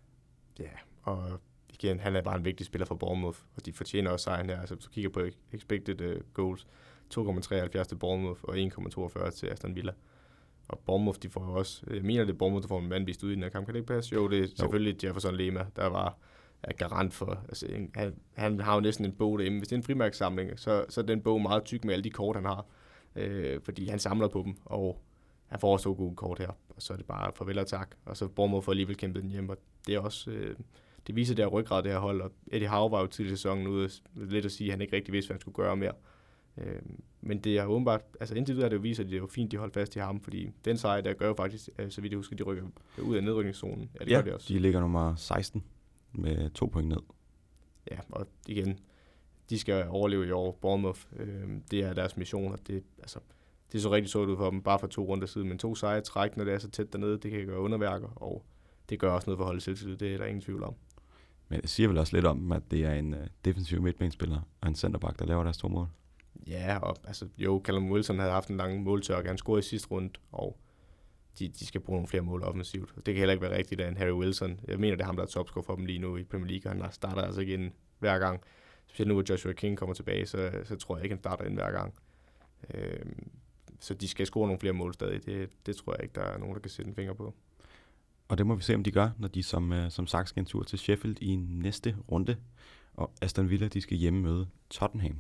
Ja, og igen, han er bare en vigtig spiller for Bournemouth, og de fortjener også sejren her. Altså, hvis du kigger på expected uh, goals, to komma treoghalvfjerds til Bournemouth og en komma toogfyrre til Aston Villa. Og Bournemouth, de får jo også, jeg mener det, Bournemouth, der får en mandvist ud i den her kamp. Kan det ikke passe? Jo, det er selvfølgelig Jefferson Lema, der var er garant for, altså en, han, han har jo næsten en bog derhjemme. Hvis det er en frimærkssamling, så, så er den bog meget tyk med alle de kort, han har. Øh, fordi han samler på dem, og han får også så gode kort her. Og så er det bare farvel og tak. Og så Bournemouth får alligevel kæmpet den hjem, og det er også, øh, det viser det her ryggrad, det her hold. Og Eddie Howe var jo tidligere i sæsonen ude lidt at sige, at han ikke rigtig vidste, hvad han skulle gøre mere. Øh, men det er åbenbart, altså indtil videre har det jo vist, at det er jo fint, de holdt fast i ham, fordi den sejr, der gør jo faktisk, så vidt jeg husker, de rykker ud af nedrykningszonen. Ja, det ja, gør de også. De ligger nummer seksten med to point ned. Ja, og igen, de skal overleve i år, Bournemouth. Øh, det er deres mission, og det, altså, det så rigtig sort ud for dem, bare for to runder siden, men to sejre træk, når det er så tæt dernede, det kan gøre underværker, og det gør også noget for holdet selvtillid, det er der ingen tvivl om. Men det siger vel også lidt om, at det er en uh, defensiv midtbanespiller og en centerback, der laver deres to mål. Ja, og altså, jo, Callum Wilson havde haft en lang måltørke, han scorede i sidste runde, og de, de skal bruge nogle flere mål offensivt. Det kan heller ikke være rigtigt af en Harry Wilson. Jeg mener, det er ham, der er topscorer for dem lige nu i Premier League. Han starter altså ikke ind hver gang. Specielt nu, hvor Joshua King kommer tilbage, så, så tror jeg ikke, han starter ind hver gang. Øh, så de skal score nogle flere mål stadig. Det, det tror jeg ikke, der er nogen, der kan sætte en finger på. Og det må vi se, om de gør, når de som, uh, som sagt skal en tur til Sheffield i næste runde. Og Aston Villa, de skal hjemme møde Tottenham.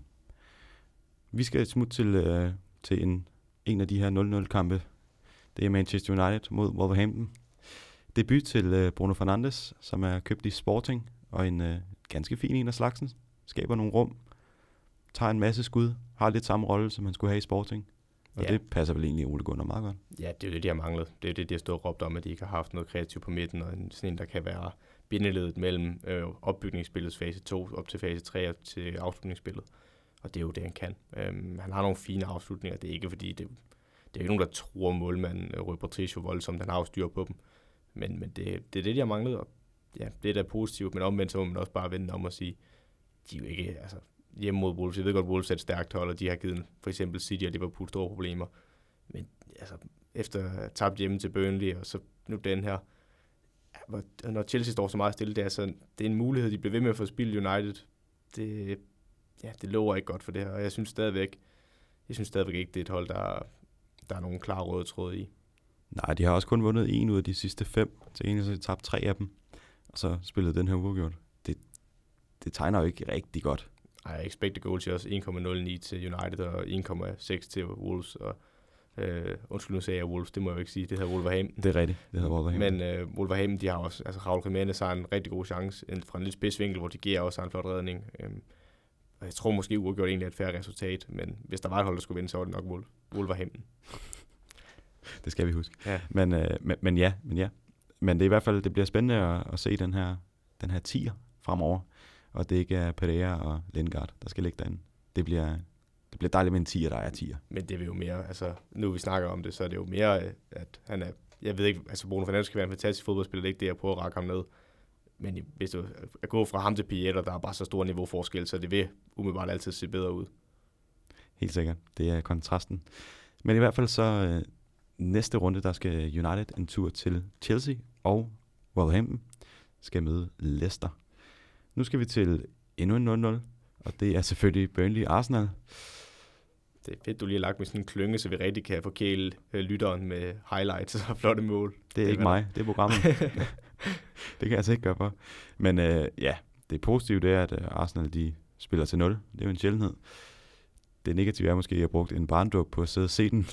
Vi skal smutte til, uh, til en, en af de her nul nul-kampe. Det er Manchester United mod Wolverhampton. Debut til uh, Bruno Fernandes, som er købt i Sporting, og en uh, ganske fin en af slagsen. Skaber nogle rum, tager en masse skud, har lidt samme rolle, som han skulle have i Sporting. Og ja. Det passer vel egentlig Ole Gunnar meget godt. Ja, det er jo det, de har manglet. Det er jo det, de har stået og råbt om, at de ikke har haft noget kreativt på midten, og en, sådan en, der kan være bindeledet mellem øh, opbygningsspillets fase to op til fase tre og til afslutningsspillet. Og det er jo det, han kan. Øhm, han har nogle fine afslutninger. Det er ikke fordi, det, det er ikke nogen, der tror målmanden øh, Rui Patricio voldsomt. Han har jo styr på dem. Men, men det, det er det, de har manglet. Og ja, det er da positivt, men omvendt så må man også bare vende om og sige, de er jo ikke, altså hjemme mod Wolves. Jeg ved godt, Wolves er et stærkt hold, og de har givet for eksempel City og Liverpool store problemer. Men altså, efter at have tabt hjemme til Burnley, og så nu den her, når Chelsea står så meget stille, det er, så, det er en mulighed, de bliver ved med at få spillet United. Det, ja, det lover ikke godt for det her, og jeg synes stadigvæk, jeg synes stadigvæk ikke, det er et hold, der, der er nogen klar røde tråd i. Nej, de har også kun vundet en ud af de sidste fem, til en, så de tabt tre af dem, og så spillede den her uafgjort. Det, det tegner jo ikke rigtig godt. Ej, expected goals er også en komma nul ni til United og en komma seks til Wolves. Og, øh, undskyld, nu sagde jeg Wolves, det må jeg jo ikke sige. Det hedder Wolverhampton. Det er rigtigt, det hedder Wolverhampton. Men øh, Wolverhampton, de har også, altså Raul Jimenez har en rigtig god chance fra en lille spidsvinkel, hvor de giver også en flot redning. Øhm, og jeg tror måske, uafgjort egentlig er et fair resultat, men hvis der var et hold, der skulle vinde, så var det nok Wolverhampton. Det skal vi huske. Ja. Men, øh, men, men ja, men ja. Men det er i hvert fald, det bliver spændende at, at se den her, den her tier fremover. Og det ikke er Pereira og Lingard, der skal ligge derinde. Det bliver, det bliver dejligt med en tier, der er tier. Men det er jo mere, altså nu vi snakker om det, så er det jo mere, at han er, jeg ved ikke, altså Bruno Fernandes skal være en fantastisk fodboldspiller, det er ikke det, jeg prøver at række ham ned. Men hvis du er gået fra ham til Pietro, der er bare så stor niveauforskel, så det vil umiddelbart altid se bedre ud. Helt sikkert, det er kontrasten. Men i hvert fald så øh, næste runde, der skal United en tur til Chelsea, og Wolverhampton skal møde Leicester. Nu skal vi til endnu en nul nul, og det er selvfølgelig Burnley-Arsenal. Det er fedt, du lige har lagt med sådan en klynge, så vi rigtig kan forkæle øh, lytteren med highlights og flotte mål. Det er det ikke mig, det er programmet. Det kan jeg altså ikke gøre for. Men øh, ja, det positive det er, at øh, Arsenal de spiller til nul. Det er jo en sjældenhed. Det negative er måske, at jeg har brugt en barndåb på at sidde og se den.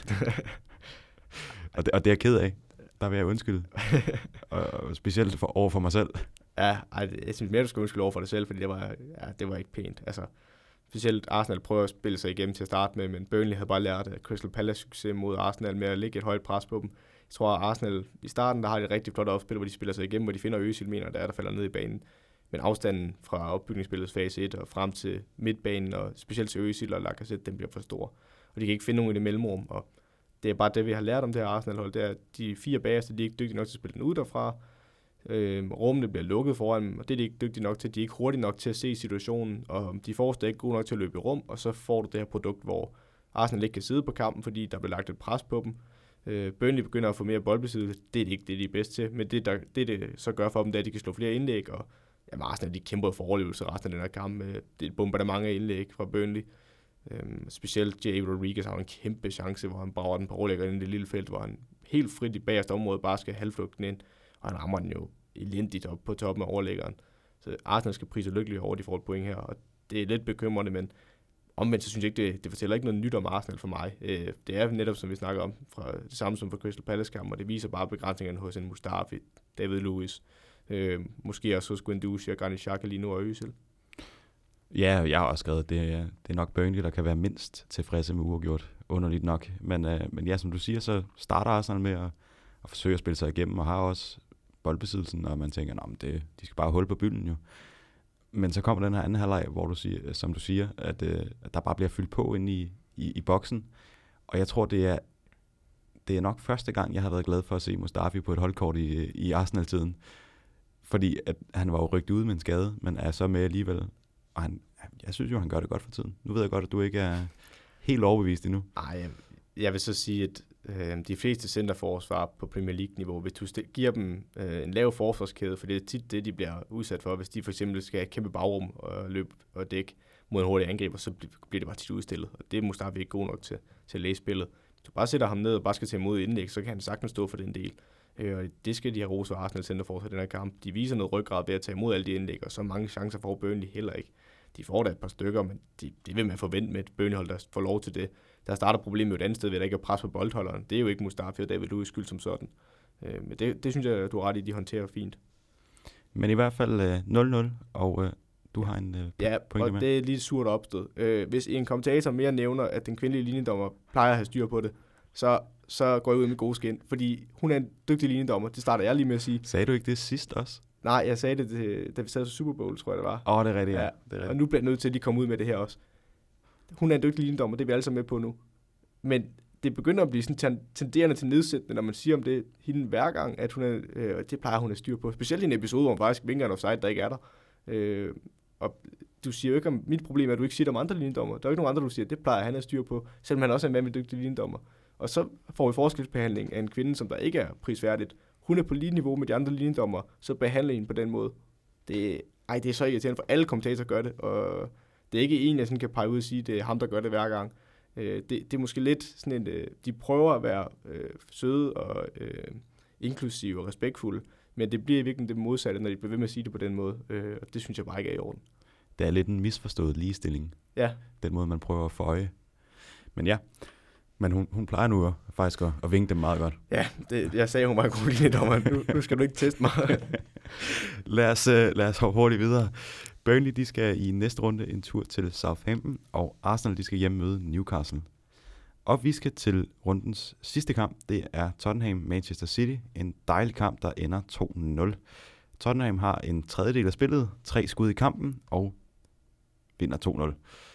og, det, og det er jeg ked af. Der vil jeg undskylde. og, og specielt for, over for mig selv. Ja, ej, jeg synes mere, du skal undskylde over for dig selv, fordi det var, ja, det var ikke pænt. Altså, specielt Arsenal prøver at spille sig igennem til at starte med, men Burnley havde bare lært af Crystal Palace succes mod Arsenal med at lægge et højt pres på dem. Jeg tror, at Arsenal i starten, der har de et rigtig flot opspil, hvor de spiller sig igennem, hvor de finder Özil, mener, der er der falder ned i banen. Men afstanden fra opbygningsspillets fase et og frem til midtbanen, og specielt til Özil og Lacazette, den bliver for stor. Og de kan ikke finde nogen i det mellemrum, og det er bare det, vi har lært om det her Arsenal-hold, det er, at de fire bagerste, de er ikke dygtige nok til at spille den ud derfra. Øh, rummene bliver lukket foran dem, og det er de ikke dygtige nok til. De er ikke hurtige nok til at se situationen, og de forreste er ikke gode nok til at løbe i rum, og så får du det her produkt, hvor Arsenal ikke kan sidde på kampen, fordi der bliver lagt et pres på dem. Øh, Burnley begynder at få mere boldbesiddelse. Det er ikke det, de er bedst til, men det, der, det, det så gør for dem, det er, at de kan slå flere indlæg, og jamen, Arsenal de kæmper for overlevelse resten af den her kamp. Det er bombardement af indlæg fra Burnley. Øhm, specielt J A. Rodriguez har en kæmpe chance, hvor han brager den på overlægger ind i det lille felt, hvor han helt frit i bagerste område bare skal halvflugten ind, og han rammer den jo elendigt op på toppen af overlæggeren. Så Arsenal skal prise lykkelig over, de får et point her, og det er lidt bekymrende, men omvendt så synes jeg ikke, det, det fortæller ikke noget nyt om Arsenal for mig. Øh, det er netop, som vi snakker om, fra det samme som for Crystal Palace-kampen, og det viser bare begrænsningerne hos en Mustafi, David Luiz, øh, måske også hos Guendouzi og Granit Xhaka lige nu og Özil. Ja, jeg har også skrevet, at det, det er nok Burnley, der kan være mindst tilfredse med uafgjort, underligt nok. Men, øh, men ja, som du siger, så starter Arsenal med at, at forsøge at spille sig igennem, og har også boldbesiddelsen, og man tænker, at det, de skal bare holde på bylden jo. Men så kommer den her anden halvleg, hvor du siger, som du siger, at, øh, at der bare bliver fyldt på inde i, i, i boksen. Og jeg tror, det er, det er nok første gang, jeg har været glad for at se Mustafi på et holdkort i, i Arsenal-tiden. Fordi at han var jo rykket ud med en skade, men er så med alligevel. Og han, jeg synes jo, han gør det godt for tiden. Nu ved jeg godt, at du ikke er helt overbevist endnu. Nej, jeg, jeg vil så sige, at øh, de fleste centerforsvar på Premier League-niveau, hvis du st- giver dem øh, en lav forsvarskæde, for det er tit det, de bliver udsat for, hvis de for eksempel skal have kæmpe bagrum og løbe og dække mod en hurtig angriber, så bliver det bare tit udstillet, og det er Mustafi ikke god nok til, til at læse spillet. Hvis du bare sætter ham ned og bare skal tage imod indlæg, så kan han sagtens stå for den del. Øh, og det skal de have rose Arsenal centerforsvar i den her kamp. De viser noget ryggrad ved at tage imod alle de indlæg, og så mange chancer får Burnley heller ikke. De får da et par stykker, men det de vil man forvente med et Burnley-hold, der får lov til det. Der starter problemet jo et andet sted ved, at der ikke er pres på boldholderen. Det er jo ikke Mustafi og David Luiz skyld som sådan. Øh, men det, det synes jeg, du har ret i, de håndterer fint. Men i hvert fald øh, nul nul, og øh, du har en øh, ja, pointe med. Ja, det er lige surt opstået. Øh, hvis en kommentator mere nævner, at den kvindelige linjedommer plejer at have styr på det, så, så går jeg ud med gode skin, fordi hun er en dygtig linjedommer. Det starter jeg lige med at sige. Sagde du ikke det sidst også? Nej, jeg sagde det, da vi sad til Super Bowl, tror jeg det var. Åh, oh, det er rigtigt, ja. ja. Det er rigtigt. Og nu bliver jeg nødt til, at de kommer ud med det her også. Hun er en dygtig linjedommer, det er vi alle sammen med på nu. Men det begynder at blive sådan tenderende til nedsættende, når man siger om det hende hver gang, at hun er, øh, det plejer hun at styre på. Specielt i en episode, hvor hun faktisk vinker en offside, der ikke er der. Øh, og du siger jo ikke, om mit problem er, at du ikke siger det om andre linjedommer. Der er jo ikke nogen andre, du siger, det plejer han at styre på, selvom han også er en vanvittig dygtig linjedommer. Og så får vi forskelsbehandling af en kvinde, som der ikke er prisværdigt. Hun er på lige niveau med de andre linjedommer, så behandler hende på den måde. Det, ej, det er så irriterende, for alle kommentatorer gør det, og det er ikke en, jeg sådan kan pege ud og sige, at det er ham, der gør det hver gang. Det, det er måske lidt sådan en, de prøver at være øh, søde og øh, inklusive og respektfulde, men det bliver i virkeligheden det modsatte, når de bliver ved med at sige det på den måde, øh, og det synes jeg bare ikke er i orden. Det er lidt en misforstået ligestilling, ja. Den måde, man prøver at føje. Men ja, men hun, hun plejer nu faktisk at, at vinke dem meget godt. Ja, det, jeg sagde, hun var en god linjedommer. Nu, nu skal du ikke teste mig. lad, os, uh, lad os hoppe hurtigt videre. Burnley, de skal i næste runde en tur til Southampton, og Arsenal, de skal hjem møde Newcastle. Og vi skal til rundens sidste kamp. Det er Tottenham-Manchester City. En dejlig kamp, der ender to nul. Tottenham har en tredjedel af spillet, tre skud i kampen, og vinder to nul.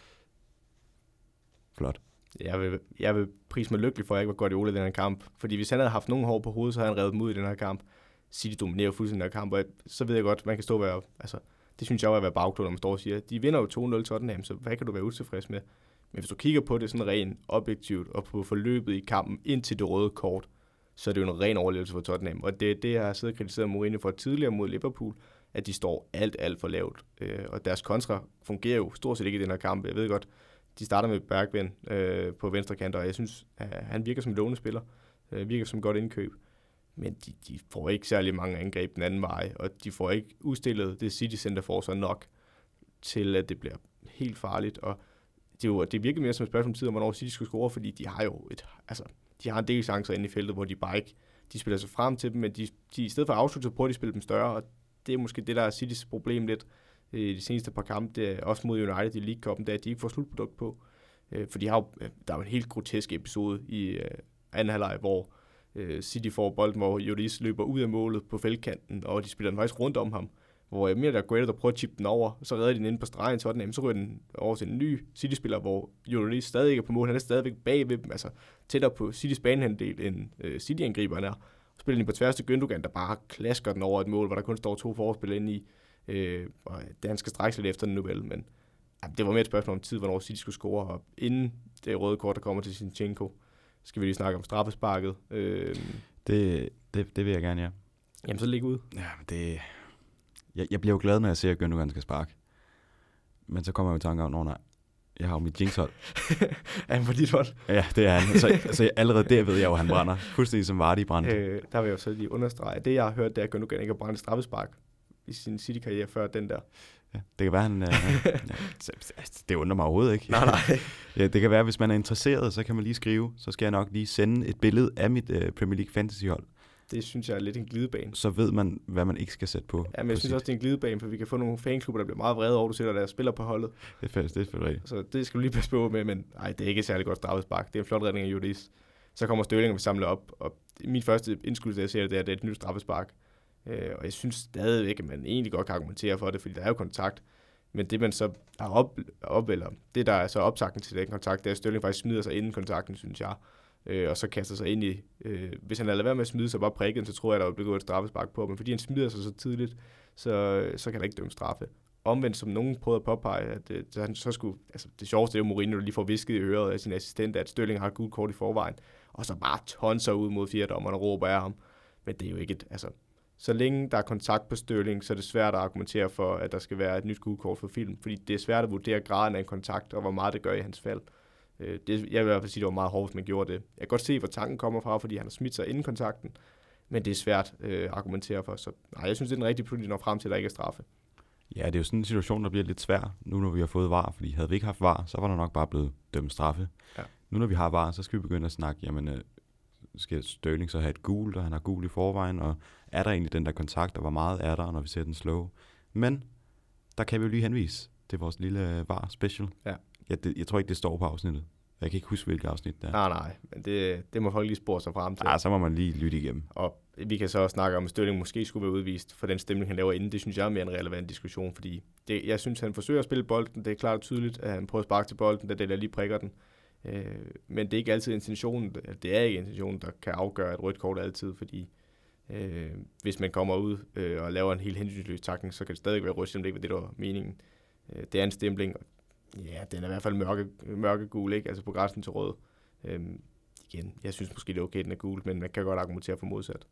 Flot. Jeg vil, jeg vil prise mig lykkelig for, at jeg ikke var Guardiola i den her kamp. Fordi hvis han havde haft nogen hår på hovedet, så havde han revet dem ud i den her kamp. City dominerer fuldstændig den her kamp, og så ved jeg godt, man kan stå og være... Altså, det synes jeg jo er at være bagklog, når man står og siger, de vinder jo to nul Tottenham, så hvad kan du være utilfreds med? Men hvis du kigger på det sådan rent objektivt, og på forløbet i kampen indtil det røde kort, så er det jo en ren overlevelse for Tottenham. Og det er det, jeg har siddet og kritiseret Mourinho for tidligere mod Liverpool, at de står alt, alt for lavt. Og deres kontra fungerer jo stort set ikke i den her kamp. Jeg ved godt, de starter med Bergwijn øh, på venstre kant, og jeg synes, at han virker som en lovende spiller. Øh, virker som et godt indkøb. Men de, de får ikke særlig mange angreb den anden vej, og de får ikke udstillet det City Center forsvar nok til, at det bliver helt farligt. Og det, er jo, det virker mere som et spørgsmål om tid, om hvornår City skulle score, fordi de har jo et, altså, de har en del chancer inde i feltet, hvor de bare ikke, de spiller sig frem til dem, men de, de i stedet for at afslutte, så prøver de at spille dem større, og det er måske det, der er Citys problem lidt i de seneste par kampe, det er også mod United i League Cup'en, det er, at de ikke får slutprodukt på. For de har jo, der er jo en helt grotesk episode i anden halvleg, hvor City får bolden, hvor Lloris løber ud af målet på feltkanten, og de spiller den faktisk rundt om ham. Hvor mere der går der prøver at chippe den over, så redder de den inde på stregen, sådan, så ryger den over til en ny City-spiller, hvor Lloris stadig ikke er på mål. Han er stadigvæk bag ved dem, altså tættere på Citys banehandel, end uh, City-angriberen er. Så spiller de på tværs til Gündogan, der bare klasker den over et mål, hvor der kun står to forspillere inde i. Uh, og det han skal strække lidt efter den nu vel, men ja, det var mere et spørgsmål om tid, hvornår City skulle score, og inden det røde kort, der kommer til Zinchenko, skal vi lige snakke om straffesparket. Uh, det, det, det vil jeg gerne, ja. Jamen, så ligge ud. Ja, det... Jeg, jeg bliver jo glad, når jeg ser, at Gündogan skal sparke. Men så kommer jeg jo i tanke om, nej, jeg har jo mit Jinx-hold. Er han på dit hold? Ja, det er han. Så, så allerede der ved jeg jo, at han brænder. Fuldstændig som Vardy brændte. Øh, der vil jeg jo så lige understrege. Det, jeg har hørt, det er, at Gündogan ikke har brændt straffespark i sin City-karriere før den der. Ja, det kan være, han... Øh, ja, det undrer mig overhovedet ikke. Nej, nej. Ja, det kan være, hvis man er interesseret, så kan man lige skrive. Så skal jeg nok lige sende et billede af mit øh, Premier League Fantasy-hold. Det synes jeg er lidt en glidebane. Så ved man, hvad man ikke skal sætte på. Ja, men jeg synes også, det er en glidebane, for vi kan få nogle fanklubber, der bliver meget vrede over, du sætter deres spillere på holdet. Det er faktisk, det er selvfølgelig rigtigt. Så det skal du lige passe på med, men ej, det er ikke et særlig godt straffespark. Det er en flot redning af Lloris. Så kommer Sterling, og vi samler op, og min første indskydelse, jeg ser det, det er, at det er et nyt straffespark. Øh, og jeg synes stadigvæk, at man egentlig godt kan argumentere for det, fordi der er jo kontakt. Men det, man så har op, op eller det, der er så opsagten til den kontakt, det er, at Sterling faktisk smider sig inden kontakten, synes jeg. Øh, og så kaster sig ind i... Øh, hvis han lader være med at smide sig bare prikken, så tror jeg, der vil blive gået et straffespark på. Men fordi han smider sig så tidligt, så, så kan der ikke dømme straffe. omvendt, som nogen prøvede at påpege, at øh, han så skulle, altså det sjoveste er jo Mourinho, der lige får visket i øret af sin assistent, at Sterling har et gult kort i forvejen, og så bare tonser ud mod fjerdommeren og råber af ham. Men det er jo ikke et, altså, så længe der er kontakt på Sterling, så er det svært at argumentere for, at der skal være et nyt gult kort for film, fordi det er svært at vurdere graden af en kontakt, og hvor meget det gør i hans fald. Øh, det, jeg vil i hvert fald sige, det var meget hårdt, hvis man gjorde det. Jeg kan godt se, hvor tanken kommer fra, fordi han har smidt sig inden kontakten, men det er svært øh, at argumentere for. Så nej, jeg synes, det er den rigtige punkt, de når frem til, at der ikke er straffe. Ja, det er jo sådan en situation, der bliver lidt svær, nu når vi har fået V A R, fordi havde vi ikke haft V A R, så var der nok bare blevet dømt straffe. Ja. Nu når vi har V A R, så skal vi begynde at snakke, jamen, øh, skal Sterling så have et gult, og han har gult i forvejen, og er der egentlig den der kontakt, og hvor meget er der, når vi ser den slow? Men der kan vi jo lige henvise til vores lille V A R special. Ja. Jeg, det, jeg tror ikke, det står på afsnittet. Jeg kan ikke huske, hvilket afsnit det er. Nej, nej, men det, det må folk lige spore sig frem til. Ja, så må man lige lytte igennem. Og vi kan så også snakke om, at Sterling måske skulle være udvist for den stemning, han laver inden. Det synes jeg er mere en relevant diskussion, fordi det, jeg synes, han forsøger at spille bolden. Det er klart og tydeligt, at han prøver at sparke til bolden, da det lige prikker den. Øh, men det er ikke altid intentionen. Det er ikke intentionen, der kan afgøre et rødt kort altid, fordi øh, hvis man kommer ud øh, og laver en helt hensynsløs tackling, så kan det stadig være rødt, selvom det ikke var det, der var meningen. Øh, det er en stempling. Ja, den er i hvert fald mørke, mørkegul, ikke? Altså på grænsen til rød. Øhm, igen, jeg synes måske, det er okay, den er gul, men man kan godt argumentere for modsat.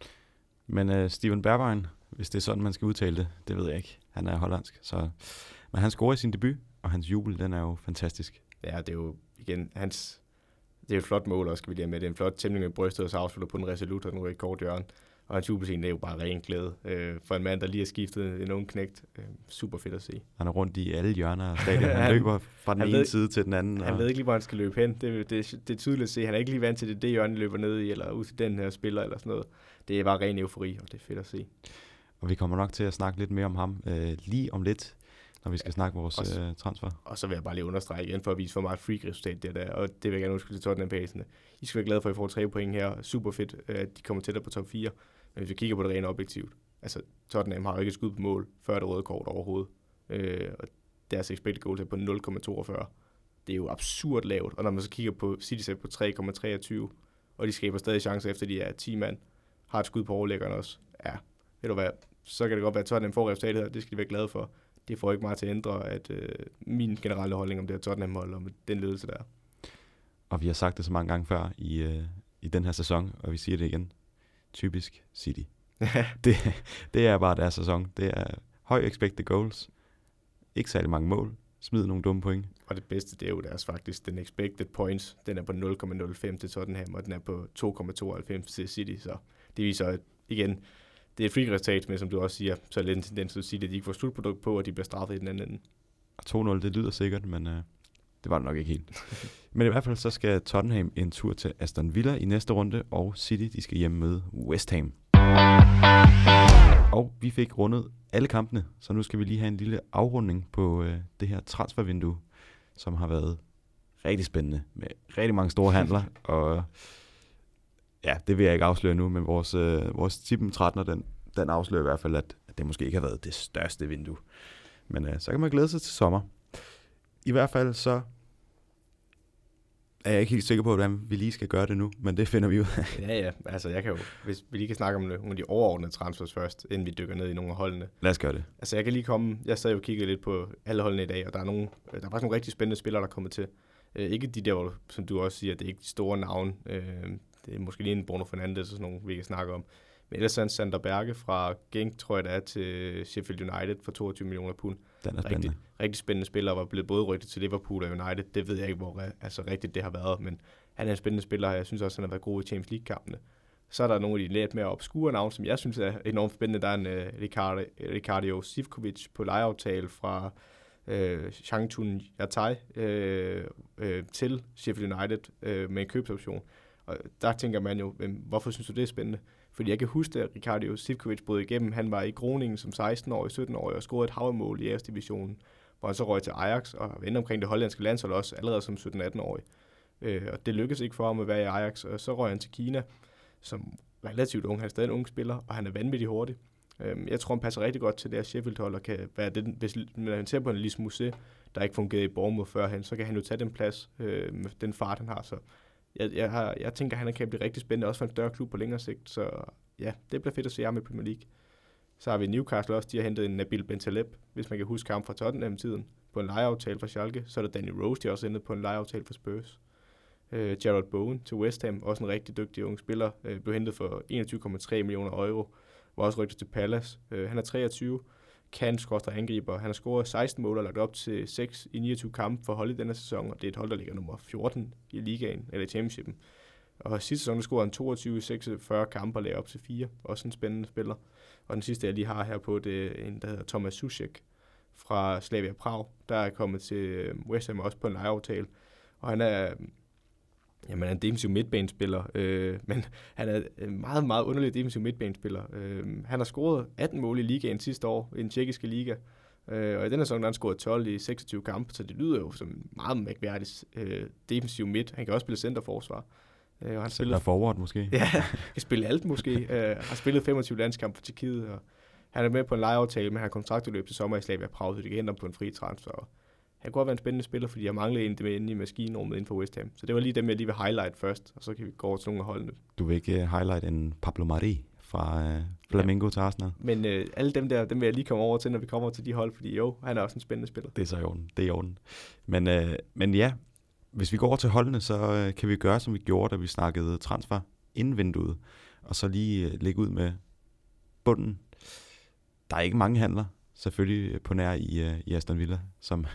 Men uh, Steven Bergwijn, hvis det er sådan, man skal udtale det, det ved jeg ikke. Han er hollandsk, så... Men han scorer i sin debut, og hans jubel, den er jo fantastisk. Ja, det er jo, igen, hans... Det er jo et flot mål også, skal vi lige have med. Det er en flot tæmning med brystet, og så afslutter på den resolut, og den rykker kort hjørne. Og hans jubelscene er jo bare ren glæde øh, for en mand, der lige har skiftet en ung knægt. Øh, super fedt at se. Han er rundt i alle hjørner af stadion. Han, han løber fra den ene ved, side til den anden. Han og... ved ikke lige, hvor han skal løbe hen. Det, det, det er tydeligt at se. Han er ikke lige vant til det, det hjørne løber ned i, eller ud til den her spiller, eller sådan noget. Det er bare ren eufori, og det er fedt at se. Og vi kommer nok til at snakke lidt mere om ham øh, lige om lidt, når vi skal ja, snakke vores også, øh, transfer. Og så vil jeg bare lige understrege igen, for at vise for meget freak-resultat det der, og det vil jeg gerne huske til Tottenham-pacene. I skal være glade for, at I får tre point her. Super fedt, at de kommer tættere på top fire. Men hvis vi kigger på det rent objektivt, altså Tottenham har jo ikke et skud på mål før det røde kort overhovedet. Øh, og deres expected goals er på nul komma toogfyrre. Det er jo absurd lavt. Og når man så kigger på City på tre komma treogtyve, og de skaber stadig chancer efter de er ti mand, har et skud på overlæggeren også. Ja, ved du hvad, så kan det godt være, at Tottenham får resultatet her. Det skal de være glade for. Det får ikke meget til at ændre at, øh, min generelle holdning om det her Tottenham-hold, om den ledelse der. Og vi har sagt det så mange gange før i, øh, i den her sæson, og vi siger det igen. Typisk City. det, det er bare deres sæson. Det er høj expected goals. Ikke særlig mange mål. Smid nogle dumme point. Og det bedste, det er jo deres faktisk. Den expected points, den er på nul komma nul fem til Tottenham, og den er på to komma tooghalvfems til City. Så det viser, at igen, det er et freak-resultat, men som du også siger, så er det en tendens til at sige, at de ikke får slutprodukt på, og de bliver straffet i den anden ende. Og to nul, det lyder sikkert, men øh, det var det nok ikke helt. Men i hvert fald så skal Tottenham en tur til Aston Villa i næste runde, og City, de skal hjemme møde West Ham. Og vi fik rundet alle kampene, så nu skal vi lige have en lille afrunding på øh, det her transfervindue, som har været rigtig spændende, med rigtig mange store handler, og ja, det vil jeg ikke afsløre nu, men vores, øh, vores Tippen trettener, den, den afslører i hvert fald, at, at det måske ikke har været det største vindue. Men øh, så kan man glæde sig til sommer. I hvert fald så er jeg ikke helt sikker på, hvordan vi lige skal gøre det nu, men det finder vi ud af. Ja, ja. Altså, jeg kan jo, hvis vi lige kan snakke om nogle af de overordnede transfers først, inden vi dykker ned i nogle af holdene. Lad os gøre det. Altså, jeg kan lige komme, jeg sad jo og kiggede lidt på alle holdene i dag, og der er, nogle, der er faktisk nogle rigtig spændende spillere, der er kommet til. Øh, ikke de der, som du også siger, det er ikke de store navne. Øh, det er måske lige en Bruno Fernandes og sådan nogle, vi kan snakke om. Men ellers er Sander Berge fra Genk, tror jeg det er, til Sheffield United for toogtyve millioner pund. Den er spændende. Rigtig, rigtig spændende spiller, var blevet både rygtet til Liverpool og United. Det ved jeg ikke, hvor altså, rigtigt det har været, men han er en spændende spiller, og jeg synes også, han har været god i Champions League-kampene. Så er der nogle af de lidt mere obskure navne, som jeg synes er enormt spændende. Der er en uh, Ricardo, Ricardo Sivkovic på lejeaftale fra uh, Changchun Yatai uh, uh, til Sheffield United uh, med en købsoption. Og der tænker man jo, hvorfor synes du det er spændende? Fordi jeg kan huske, at Ricardo Sivkovic brød igennem. Han var i Groningen som seksten-årig, sytten-årig og scorede et havmål i æresdivisionen, hvor han så røg til Ajax og vendte omkring det hollandske landshold også allerede som sytten-atten-årig. Øh, og det lykkedes ikke for ham at være i Ajax, og så røg han til Kina, som relativt ung. Han er stadig en ung spiller, og han er vanvittig hurtig. Øh, jeg tror, han passer rigtig godt til det her Sheffield-hold, og kan være den, hvis man ser på en Lys Musé, der ikke fungerede i Bournemouth førhen, så kan han jo tage den plads øh, med den fart, han har. Så jeg, jeg, har, jeg tænker, at han kan blive rigtig spændende, også for en større klub på længere sigt. Så ja, det bliver fedt at se ham i Premier League. Så har vi Newcastle også, de har hentet en Nabil Bentaleb, hvis man kan huske ham fra Tottenham-tiden, på en lejeaftale fra Schalke. Så er der Danny Rose, de har også hentet på en lejeaftale fra Spurs. Uh, Jarrod Bowen til West Ham, også en rigtig dygtig ung spiller, uh, blev hentet for enogtyve komma tre millioner euro, var også rygtet til Palace. Uh, han er treogtyve, kan skorster angriber. Han har scoret seksten mål og lagt op til seks i niogtyve kampe for hold i denne sæson, og det er et hold, der ligger nummer fjorten i ligaen, eller i championshipen. Og sidste sæson, der scorede han toogtyve i seksogfyrre kampe og lagde op til fire. Også en spændende spiller. Og den sidste, jeg lige har her på, det er en, der hedder Thomas Soucek fra Slavia Prag, der er kommet til West Ham også på en lejeaftale. Og han er, jamen, en defensiv midtbanespiller, øh, men han er en meget, meget underlig defensiv midtbanespiller. Øh, han har scoret atten mål i ligaen sidste år, i den tjekkiske liga. Øh, og i denne sæson har han scoret tolv i seksogtyve kampe, så det lyder jo som en meget mærkværdig øh, defensiv midt. Han kan også spille centerforsvar. Øh, og han spiller forward måske. Ja, kan spille alt måske. øh, har spillet femogtyve landskampe for Tjekkiet, og han er med på en lejeaftale, men han har kontraktudløb til sommer i Slavia Prag, så det kan hente ham på en fri transfer. Og han kunne godt være en spændende spiller, fordi jeg manglede en inde i maskinrummet inden for West Ham. Så det var lige dem, jeg lige vil highlight først, og så kan vi gå over til nogle af holdene. Du vil ikke highlight en Pablo Mari fra uh, Flamengo ja. til Arsenal? Men øh, alle dem der, dem vil jeg lige komme over til, når vi kommer til de hold, fordi jo, han er også en spændende spiller. Det er så i orden. Det er i orden. Men, øh, men ja, hvis vi går over til holdene, så øh, kan vi gøre, som vi gjorde, da vi snakkede transfer inden vinduet, og så lige øh, lægge ud med bunden. Der er ikke mange handler, selvfølgelig på nær i, øh, i Aston Villa, som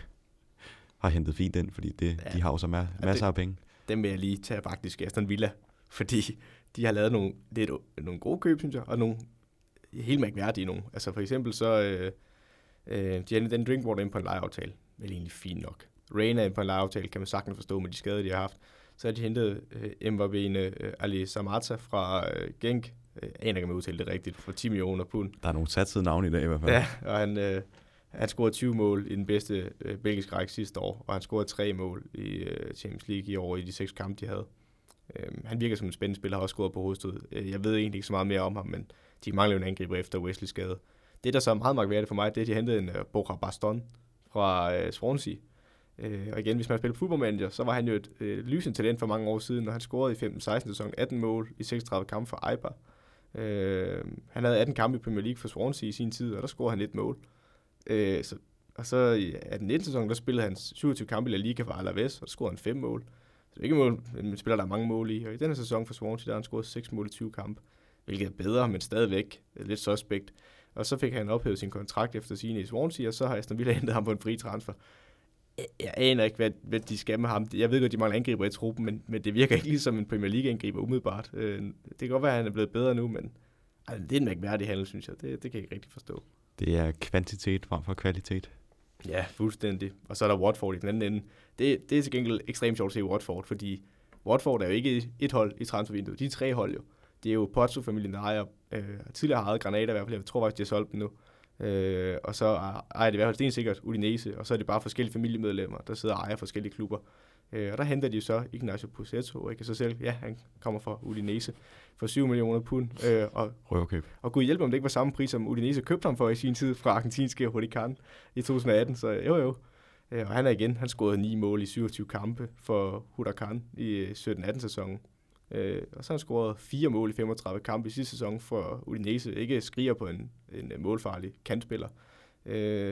har hentet fint ind, fordi det, ja. de har jo så ma- masser ja, det, af penge. Dem vil jeg lige tage faktisk Aston Villa, fordi de har lavet nogle, lidt, nogle gode køb, synes jeg, og nogle helt mærkværdige nogle. Altså for eksempel så, øh, øh, de har hentet den Drinkwater ind på en lejeaftale, vel egentlig fint nok. Reina ind på en lejeaftale, kan man sagtens forstå med de skader, de har haft. Så har de hentet øh, Mbappé'ne øh, Ali Samata fra øh, Genk. Jeg aner ikke, om jeg udtalte det rigtigt, for ti millioner pund. Der er nogle satsede navne i dag i hvert fald. Ja, og han, øh, han scorede tyve mål i den bedste øh, belgiske række sidste år, og han scorede tre mål i øh, Champions League i år i de seks kampe, de havde. Øh, han virker som en spændende spiller, har også scoret på hovedstød. Øh, jeg ved egentlig ikke så meget mere om ham, men de mangler jo en angriber efter Wesley's skade. Det, der så er meget mærkværdigt for mig, det er, at de hentede en uh, Borja Baston fra øh, Swansea. Øh, og igen, hvis man spiller fodboldmanager, så var han jo et øh, lysende talent for mange år siden, og han scorede i femten seksten sæson atten mål i seksogtredive kampe for Eibar. Øh, han havde atten kampe i Premier League for Swansea i sin tid, og der scorede han et mål. Øh, så, og så i atten nitten sæson, der spillede han syvogtyve kampe i La Liga for Alaves, og der scorede han fem mål. Så det er ikke mål, men spiller der er mange mål i. Og i denne sæson for Swansea, der har han scoret seks mål i tyve kampe, hvilket er bedre, men stadigvæk lidt suspekt. Og så fik han ophævet sin kontrakt efter sine i Swansea, og så har Aston Villa hentet ham på en fri transfer. Jeg aner ikke, hvad, hvad de skal med ham. Jeg ved godt, de mangler angriber i truppen, men, men det virker ikke ligesom en Premier League-angriber umiddelbart. Øh, det kan godt være, at han er blevet bedre nu, men altså, det er en mærkværdig handel, synes jeg. Det, det kan jeg ikke rigtig forstå. Det er kvantitet frem for kvalitet. Ja, fuldstændig. Og så er der Watford i den anden ende. Det, det er til gengæld ekstremt sjovt at se Watford, fordi Watford er jo ikke et hold i transfervinduet. De er tre hold jo. Det er jo Pozzo-familien, der ejer, øh, tidligere har ejet Granada i hvert fald. Jeg tror faktisk, de har solgt dem nu. Øh, og så ejer det i hvert fald stensikkert Udinese, og så er det bare forskellige familiemedlemmer, der sidder og ejer forskellige klubber. Øh, og der henter de jo så Ignacio Pusetto, ikke så selv, ja, han kommer fra Udinese for syv millioner pund. Øh, og, Røverkøb. Og gud hjælp, om det ikke var samme pris, som Udinese købte ham for i sin tid fra argentinske Huracán i to tusind atten, så jo jo. Øh, og han er igen, han scorede ni mål i syvogtyve kampe for Huracán i sytten atten sæsonen. Øh, og så har han scoret fire mål i femogtredive kampe i sidste sæson for Udinese. Ikke skriger på en, en målfarlig kantspiller. Øh,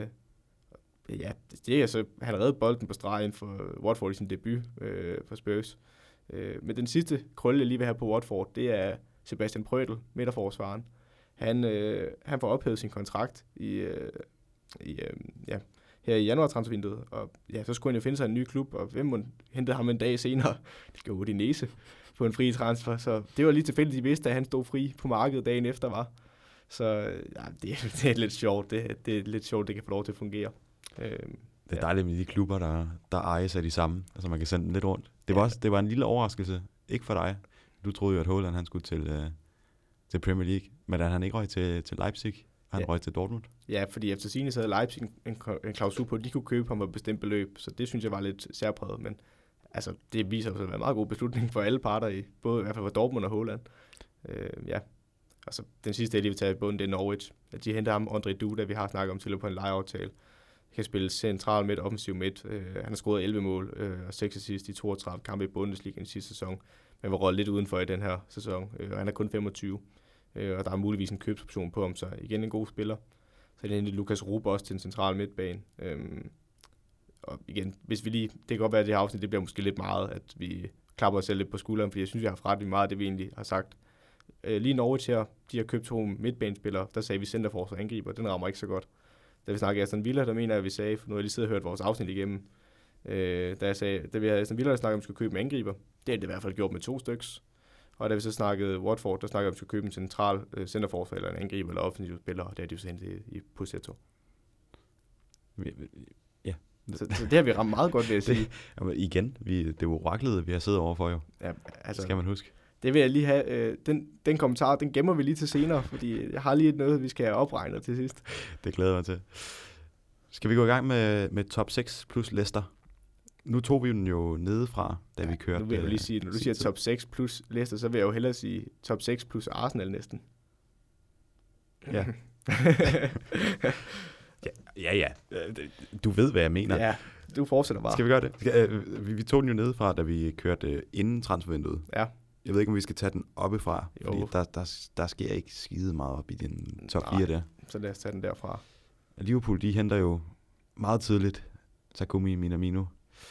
ja, det er så, han har reddet bolden på stregen for Watford i sin debut øh, for Spurs. Øh, men den sidste krølle, jeg lige vil have på Watford, det er Sebastian Prødel, midterforsvaren. Han, øh, han får ophævet sin kontrakt i, øh, i, øh, ja, her i januar-transfervinduet, og ja, så skulle han jo finde sig en ny klub, og hvem hentede ham en dag senere? Det skal Udinese på en fri transfer, så det var lige tilfældigt, de vidste, at han stod fri på markedet dagen efter, var. Så ja, det, det er lidt sjovt, det, det er lidt sjovt, det kan få lov til at fungere. Øhm, det er dejligt med de klubber, der, der ejes af de samme, altså man kan sende dem lidt rundt. Det var, ja. også, det var en lille overraskelse, ikke for dig. Du troede jo, at Haaland han skulle til, uh, til Premier League, men at han ikke røg til, til Leipzig, han ja. røg til Dortmund. Ja, fordi efter sigende så havde Leipzig en, en klausul på, at de kunne købe ham på et bestemt beløb, så det synes jeg var lidt særpræget, men altså, det viser sig at være en meget god beslutning for alle parter, i, både i hvert fald for Dortmund og Haaland. Øh, ja. Altså, den sidste, jeg lige vil tage i bunden, det er Norwich. De henter ham, André Duda, vi har snakket om til på en lejeaftale. Kan spille central midt, offensiv midt. Øh, han har scoret elleve mål øh, og seks assist i toogtredive kampe i Bundesliga i sidste sæson, men var røget lidt udenfor i den her sæson, øh, og han er kun femogtyve. øh, og der er muligvis en købsoption på ham, så igen en god spiller. Så er det hentet Lukas Ruber også til en central midtbane. Øhm, og igen, hvis vi lige, det kan godt være, at det her afsnit, det bliver måske lidt meget, at vi klapper os selv lidt på skulderen, fordi jeg synes, vi har haft ret meget af det, vi egentlig har sagt. Øh, lige Norwich her, de har købt to midtbanespillere, der sagde vi centerforsvar og angriber, den rammer ikke så godt. Da vi snakkede Aston Villa, der mener jeg, at vi sagde, for nu har jeg lige siddet og hørt vores afsnit igennem, øh, da jeg sagde, da vi havde Aston Villa, der snakkede om, at vi skulle købe en angriber, det er det i hvert fald gjort med to styks. Og da vi så snakkede Watford, der snakkede om, at vi skulle købe en central øh, centerforsvar eller en angriber eller offensiv spiller, og det har de jo så hentet i, i Pussetto. Ja. Så, så det har vi ramt meget godt, vil jeg sige. Det, jamen, igen, vi, det er jo oraklet, vi har siddet overfor jo. Ja, altså, skal man huske. Det vil jeg lige have. Øh, den, den kommentar, den gemmer vi lige til senere, fordi jeg har lige noget, vi skal have opregnet til sidst. Det glæder jeg mig til. Skal vi gå i gang med, med top seks plus Leicester? Nu tog vi den jo nedefra, da ja, vi kørte. Nu vil jeg jo lige sige, når du siger top seks plus Leicester, så vil jeg jo hellere sige top seks plus Arsenal næsten. Ja. ja, ja, ja. Du ved, hvad jeg mener. Ja, du fortsætter bare. Skal vi gøre det? Skal, øh, vi, vi tog den jo nedefra, da vi kørte øh, inden transfervinduet. Ja. Jeg ved ikke, om vi skal tage den oppefra, jo. Fordi der, der, der sker ikke skide meget op i den top fire der. Så lad os tage den derfra. Liverpool, de henter jo meget tidligt Takumi Minamino,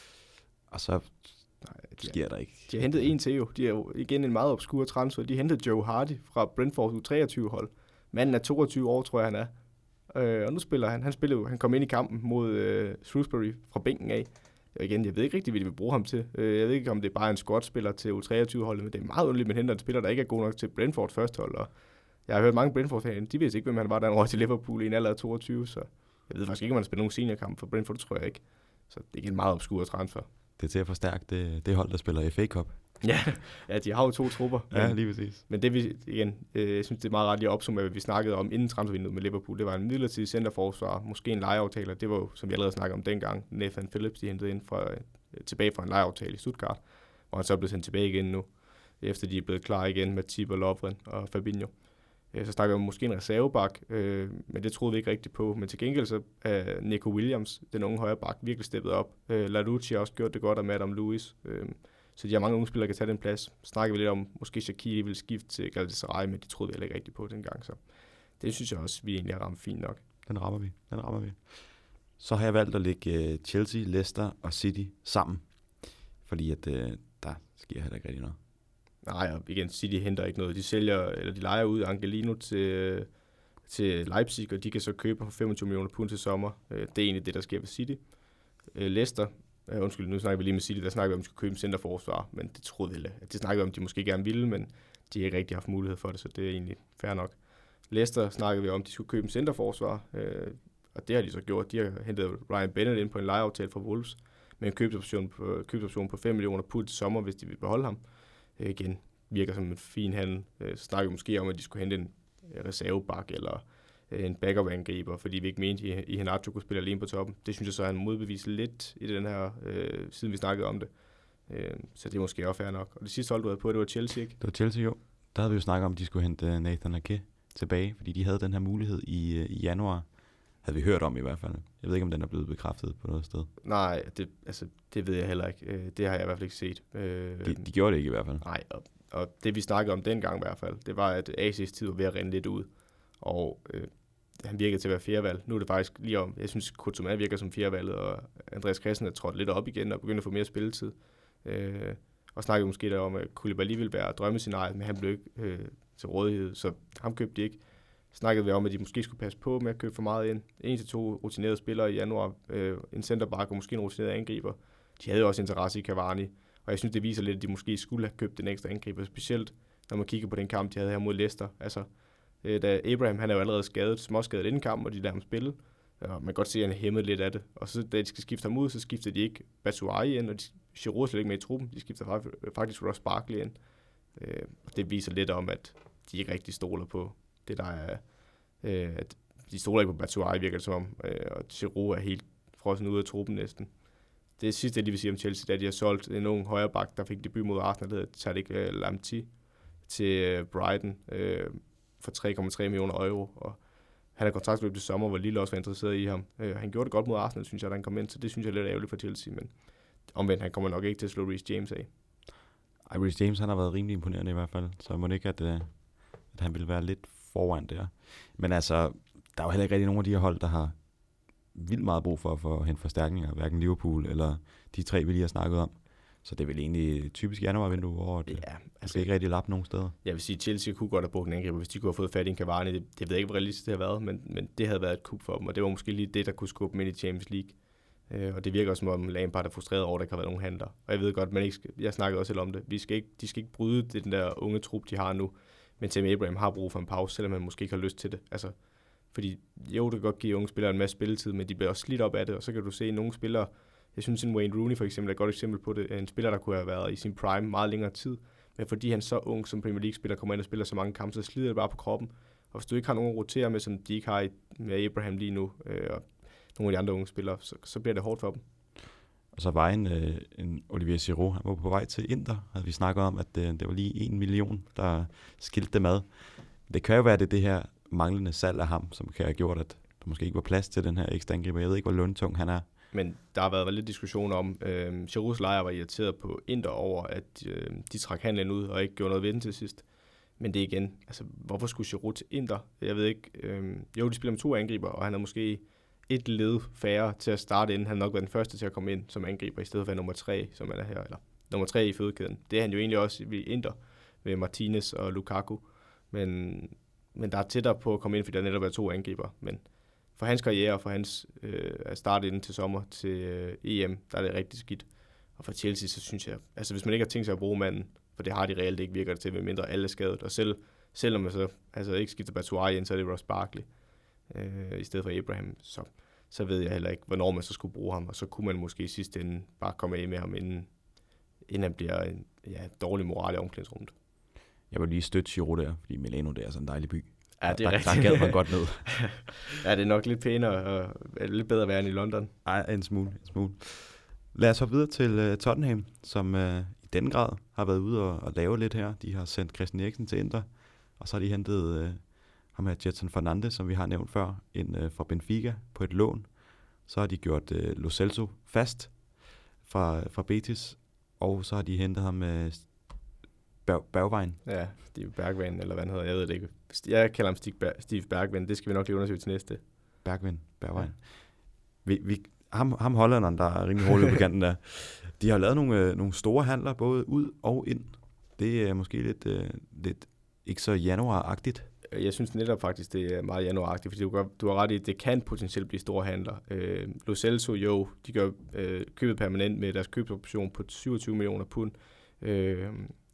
og så Nej, de sker har, der ikke. De har hentet en til jo. De er jo igen en meget obskur transfer. De hentede Joe Hardy fra Brentford U treogtyve-hold. Manden er toogtyve år, tror jeg, han er. Øh, og nu spiller han. Han spiller jo, han kom ind i kampen mod øh, Shrewsbury fra bænken af. Og igen, jeg ved ikke rigtig, hvad de vil bruge ham til. Øh, jeg ved ikke, om det er bare en squad-spiller til U treogtyve-holdet, men det er meget underligt, at man henter en spiller, der ikke er god nok til Brentford førstehold. Og jeg har hørt mange Brentford-fans, de vidste ikke, hvem han var, da han røg til Liverpool i en alder af toogtyve, så jeg ved faktisk ikke, om han spiller nogen seniorkamp for Brentford, det tror jeg ikke. Så det er ikke en meget obskur transfer. Det er til at forstærke det, det hold, der spiller F A Cup. Ja, ja, de har jo to trupper. Men, ja, lige præcis. Men det vi, igen, øh, jeg synes, det er meget ret lige at opsummere, hvad vi snakkede om inden transfervinduet med Liverpool. Det var en midlertidig centerforsvar, måske en lejeaftale. Det var jo, som vi allerede snakkede om dengang, Nathan Phillips, de hentede ind fra, øh, tilbage fra en lejeaftale i Stuttgart, hvor han så er blevet sendt tilbage igen nu, efter de er blevet klar igen med Tip og Lovren og Fabinho. Øh, så snakker vi om måske en reservebak, øh, men det troede vi ikke rigtigt på. Men til gengæld så er Nico Williams, den unge højre bak, virkelig steppet op. Øh, Larucci har også gjort det godt, og Madame Lewis. Øh, Så de har mange unge spillere, der kan tage den plads. Snakker vi lidt om, måske Shaqiri ville skifte til Galatasaray, men det troede vi heller ikke rigtigt på dengang. Så det synes jeg også, vi egentlig har ramt fint nok. Den rammer vi. Den rammer vi. Så har jeg valgt at lægge Chelsea, Leicester og City sammen. Fordi at, øh, der sker heller ikke rigtig noget. Nej, og igen, City henter ikke noget. De sælger, eller de lejer ud Angelino til, til Leipzig, og de kan så købe for femogtyve millioner pund til sommer. Det er egentlig det, der sker ved City. Leicester, Uh, undskyld, nu snakker vi lige med City, der snakker vi om, at de skulle købe en centerforsvar, men det troede vi heller. Det snakker vi om, de måske gerne ville, men de har ikke rigtig haft mulighed for det, så det er egentlig fair nok. Leicester snakkede vi om, at de skulle købe en centerforsvar, uh, og det har de så gjort. De har hentet Ryan Bennett ind på en lejeaftale fra Wolves, med en købsoption på, købsoption på fem millioner pund til sommer, hvis de vil beholde ham. Uh, igen, virker som en fin handel. Uh, så snakker vi måske om, at de skulle hente en reservebak, eller en backup-angriber, fordi vi ikke mente, at Iheanacho kunne spille alene på toppen. Det synes jeg så, han modbeviser lidt i den her, øh, siden vi snakkede om det. Øh, så det er måske også fair nok. Og det sidste hold, du havde på, det var Chelsea, ikke? Det var Chelsea, jo. Der havde vi jo snakket om, at de skulle hente Nathan Ake tilbage, fordi de havde den her mulighed i, i januar. Havde vi hørt om i hvert fald. Jeg ved ikke, om den er blevet bekræftet på noget sted. Nej, det, altså, det ved jeg heller ikke. Det har jeg i hvert fald ikke set. De, de gjorde det ikke i hvert fald. Nej, og, og det vi snakkede om dengang i hvert fald, det var, at A C's tid var ved at rende lidt ud. Og øh, han virkede til at være fjerdevalg. Nu er det faktisk lige om, jeg synes, Kutuma virker som fjerdevalget, og Andreas Christensen er trådt lidt op igen og begyndt at få mere spilletid. Øh, og snakkede måske der om, at Koulibaly ville være drømmescenariet, men han blev ikke øh, til rådighed, så ham købte de ikke. Snakkede vi om, at de måske skulle passe på med at købe for meget ind. En til to rutinerede spillere i januar, øh, en centerback og måske en rutineret angriber. De havde også interesse i Cavani, og jeg synes, det viser lidt, at de måske skulle have købt den ekstra angriber, specielt når man kigger på den kamp, de havde her mod Leicester. Altså, da Abraham, han er jo allerede skadet, småskadet inden kampen, og de lader ham spille. Og man kan godt se, at han er hæmmet lidt af det. Og så da de skal skifte ham ud, så skifter de ikke Batshuayi ind, og de, Giroud er slet ikke med i truppen. De skifter faktisk Ross Barkley ind. Øh, og det viser lidt om, at de ikke rigtig stoler på det, der er... Øh, at de stoler ikke på Batshuayi, virker det som om, øh, og Giroud er helt frossen ud af truppen næsten. Det sidste, jeg lige vil sige om Chelsea, da de har solgt en ung højre bak, der fik debut mod Arsenal, der hedder Tariq Lamptey, til Brighton, øh, for tre komma tre millioner euro, og han er kontraktsløb til sommer, hvor Lille også var interesseret i ham. Uh, han gjorde det godt mod Arsenal, synes jeg, da han kom ind, så det synes jeg er lidt ærgerligt for Chelsea, men omvendt, han kommer nok ikke til at slå Reece James af. Ej, Reece James, han har været rimelig imponerende i hvert fald, så jeg må ikke, at, uh, han ville være lidt foran der. Men altså, der er jo heller ikke rigtig nogen af de her hold, der har vildt meget brug for, for at hente forstærkninger, hverken Liverpool eller de tre, vi lige har snakket om. Så det er vel egentlig typisk januarvindue, hvor det ja, altså, skal ikke rigtig lappe nogen steder. Jeg vil sige, at Chelsea kunne godt have brugt en angriber, hvis de kunne have fået fat i en Cavani. Det, det ved jeg ikke, hvor realistisk det har været, men, men det havde været et kup for dem, og det var måske lige det, der kunne skubbe dem ind i Champions League. Øh, og det virker også, som om Lampard er frustreret over, at der ikke har været nogen handler. Og jeg ved godt, man ikke skal, jeg snakkede også selv om det, Vi skal ikke, de skal ikke bryde det, den der unge trup, de har nu. Men Tammy Abraham har brug for en pause, selvom han måske ikke har lyst til det. Altså, fordi jo, det kan godt give unge spillere en masse spilletid, men de bliver også slidt op af det, og så kan du se nogle spillere. Jeg synes, en Wayne Rooney for eksempel er et godt eksempel på det. En spiller, der kunne have været i sin prime meget længere tid. Men fordi han så ung som Premier League-spiller kommer ind og spiller så mange kampe, så slider det bare på kroppen. Og hvis du ikke har nogen at rotere med, som de ikke har med Abraham lige nu, øh, og nogle af de andre unge spillere, så, så bliver det hårdt for dem. Og så var en, øh, en Olivier Giroud, han var på vej til Inter, havde vi snakket om, at øh, det var lige en million, der skilte dem ad. Det kan jo være, det det her manglende salg af ham, som kan have gjort, at der måske ikke var plads til den her ekstra angriber. Jeg ved ikke, hvor lundtung han er. Men der har været lidt diskussion om, øh, Girouds lejer var irriteret på Inter over, at øh, de trak handlen ud og ikke gjorde noget ved den til sidst. Men det igen, altså hvorfor skulle Giroud til Inter? Jeg ved ikke. Øh, jo, de spiller med to angriber, og han er måske et led færre til at starte ind. Han har nok været den første til at komme ind som angriber, i stedet for nummer tre, som han er her, eller nummer tre i fødekæden. Det er han jo egentlig også i Inter, med Martinez og Lukaku. Men, men der er tættere på at komme ind, fordi der netop er to angriber. Men for hans karriere og for hans øh, at starte inden til sommer til øh, E M, der er det rigtig skidt. Og for Chelsea, så synes jeg, altså hvis man ikke har tænkt sig at bruge manden, for det har de reelt ikke, virker det til, medmindre alle er skadet. Og selv, selvom man så altså ikke skifter Batshuayi ind, så er det Ross Barkley øh, i stedet for Abraham. Så, så ved jeg heller ikke, hvornår man så skulle bruge ham. Og så kunne man måske i sidste ende bare komme af med ham, inden, inden han bliver en ja, dårlig moral i omklædningsrummet. Jeg vil lige støtte Giroud der, fordi Milano, det er sådan en dejlig by. Ja, det er der, rigtigt. Der gad man godt ned. Ja, det er nok lidt pænere og lidt bedre at være end i London. Ej, en smule, en smule. Lad os hoppe videre til uh, Tottenham, som uh, i den grad har været ude og, og lave lidt her. De har sendt Christian Eriksen til Inter, og så har de hentet uh, ham her Jetson Fernandes, som vi har nævnt før, ind uh, fra Benfica på et lån. Så har de gjort uh, Lo Celso fast fra, fra Betis, og så har de hentet ham uh, Bergwijn. Ja, Steve Bergwijn, eller hvad han hedder, jeg ved det ikke. Jeg kalder ham Steve, Ber- Steve Bergwijn, det skal vi nok lige undersøge til næste. Bergwijn, Bergwijn. Ja. Vi, vi, ham, ham hollænderen, der er rimelig hurtigt på kanten der, de har lavet nogle, øh, nogle store handler, både ud og ind. Det er måske lidt, øh, lidt ikke så januar-agtigt. Jeg synes netop faktisk, det er meget januaragtigt, fordi du, gør, du har ret i, at det kan potentielt blive store handler. Øh, Lo Celso, jo, de gør øh, købet permanent med deres købsoption på syvogtyve millioner pund. Øh,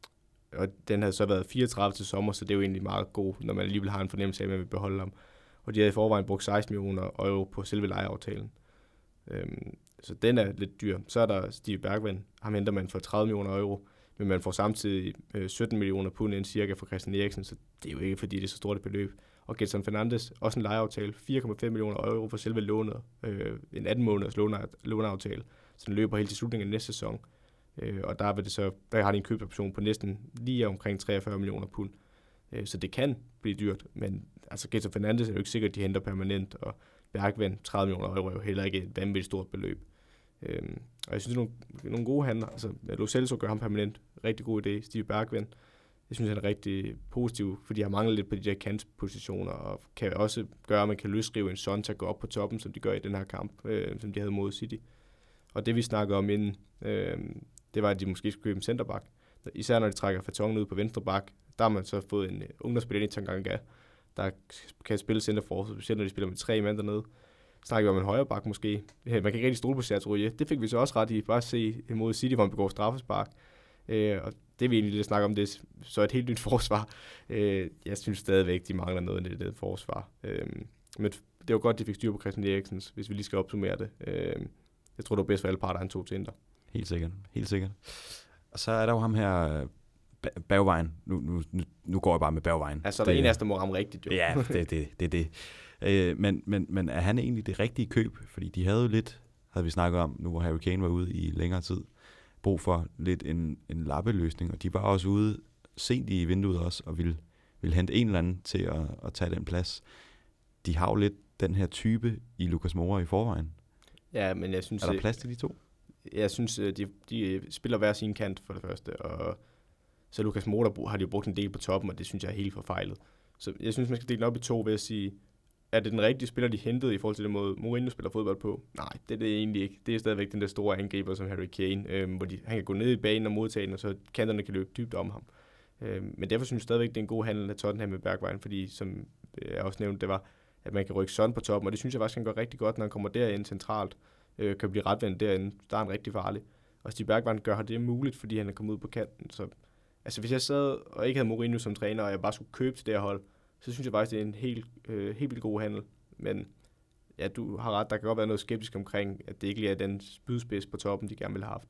og den havde så været fireogtredive til sommer, så det er jo egentlig meget god, når man alligevel har en fornemmelse af, at man vil beholde ham. Og de havde i forvejen brugt seksten millioner euro på selve lejeaftalen. Øhm, så den er lidt dyr. Så er der Steve Bergwijn, ham henter man for tredive millioner euro, men man får samtidig øh, sytten millioner pund ind cirka for Christian Eriksen, så det er jo ikke, fordi det er så stort et beløb. Og Gedson Fernandes, også en lejeaftale, fire komma fem millioner euro for selve lånet, øh, en atten måneders låneaftale, så den løber helt til slutningen af næste sæson. Øh, og der, vil det så, der har de en købsoption på næsten lige omkring treogfyrre millioner pund. Øh, så det kan blive dyrt, men altså Gedson Fernandes er jo ikke sikkert, at de henter permanent, og Bergwijn, tredive millioner euro er jo heller ikke et vanvittigt stort beløb. Øh, og jeg synes, det er nogle, nogle gode handler. Altså, Lo Celso gør ham permanent. Rigtig god idé. Steve Bergwijn, jeg synes, han er rigtig positiv, fordi jeg mangler lidt på de der kantpositioner, og kan også gøre, at man kan løsrive en Son til at gå op på toppen, som de gør i den her kamp, øh, som de havde mod City. Og det vi snakkede om inden, øh, det var, at de måske skulle købe en centerback. Især når de trækker Fatongen ud på venstre bak, der har man så fået en ungdomsspiller ind i Tanganga, der kan spille centerfor, specielt når de spiller med tre mand dernede. Snakker vi om en højre bak måske. Man kan ikke rigtig stole på Serge Aurier. Det fik vi så også ret i. Bare se imod City, hvor man begår straffespark. Øh, og det vi egentlig lidt snakke om, det er så et helt nyt forsvar. Øh, jeg synes stadigvæk, de mangler noget i det forsvar. Øh, men det var godt, de fik styr på Christian Eriksens, hvis vi lige skal opsummere det. Øh, jeg tror, det var bedst for alle parter, han tog til Inter. Helt sikkert, helt sikkert. Og så er der jo ham her, Bergwijn. Nu, nu, nu går jeg bare med Bergwijn. Altså, der er en af os, der må ramme rigtigt, jo. Ja, det er det, det, det. Øh, men, men, men er han egentlig det rigtige køb? Fordi de havde jo lidt, havde vi snakket om, nu hvor Harry Kane var ude i længere tid, brug for lidt en, en lappeløsning, og de var også ude sent i vinduet også, og ville, ville hente en eller anden til at, at tage den plads. De har jo lidt den her type i Lucas Moura i forvejen. Ja, men jeg synes... Er der plads til de to? Jeg synes, de, de spiller hver sin kant for det første, og så Lucas Moura har de jo brugt en del på toppen, og det synes jeg er helt forfejlet. Så jeg synes, man skal dele den op i to ved at sige, er det den rigtige spiller, de hentede i forhold til den måde, Mourinho spiller fodbold på? Nej, det er det egentlig ikke. Det er stadigvæk den der store angriber som Harry Kane, øhm, hvor de, han kan gå ned i banen og modtage den, og så kanterne kan løbe dybt om ham. Øhm, men derfor synes jeg stadigvæk, det er en god handel af Tottenham med Bergwijn, fordi som jeg også nævnte, det var, at man kan rykke Son på toppen, og det synes jeg faktisk, han gør rigtig godt, når han kommer derind centralt, øh, kan blive retvendt derinde. Der er han rigtig farlig. Og Steve Bergwijn gør det muligt, fordi han er kommet ud på kanten. Så altså, hvis jeg sad og ikke havde Mourinho som træner, og jeg bare skulle købe til det her hold, så synes jeg faktisk, det er en helt, øh, helt vildt god handel. Men ja, du har ret, der kan godt være noget skeptisk omkring, at det ikke lige er den spydspids på toppen, de gerne ville have haft.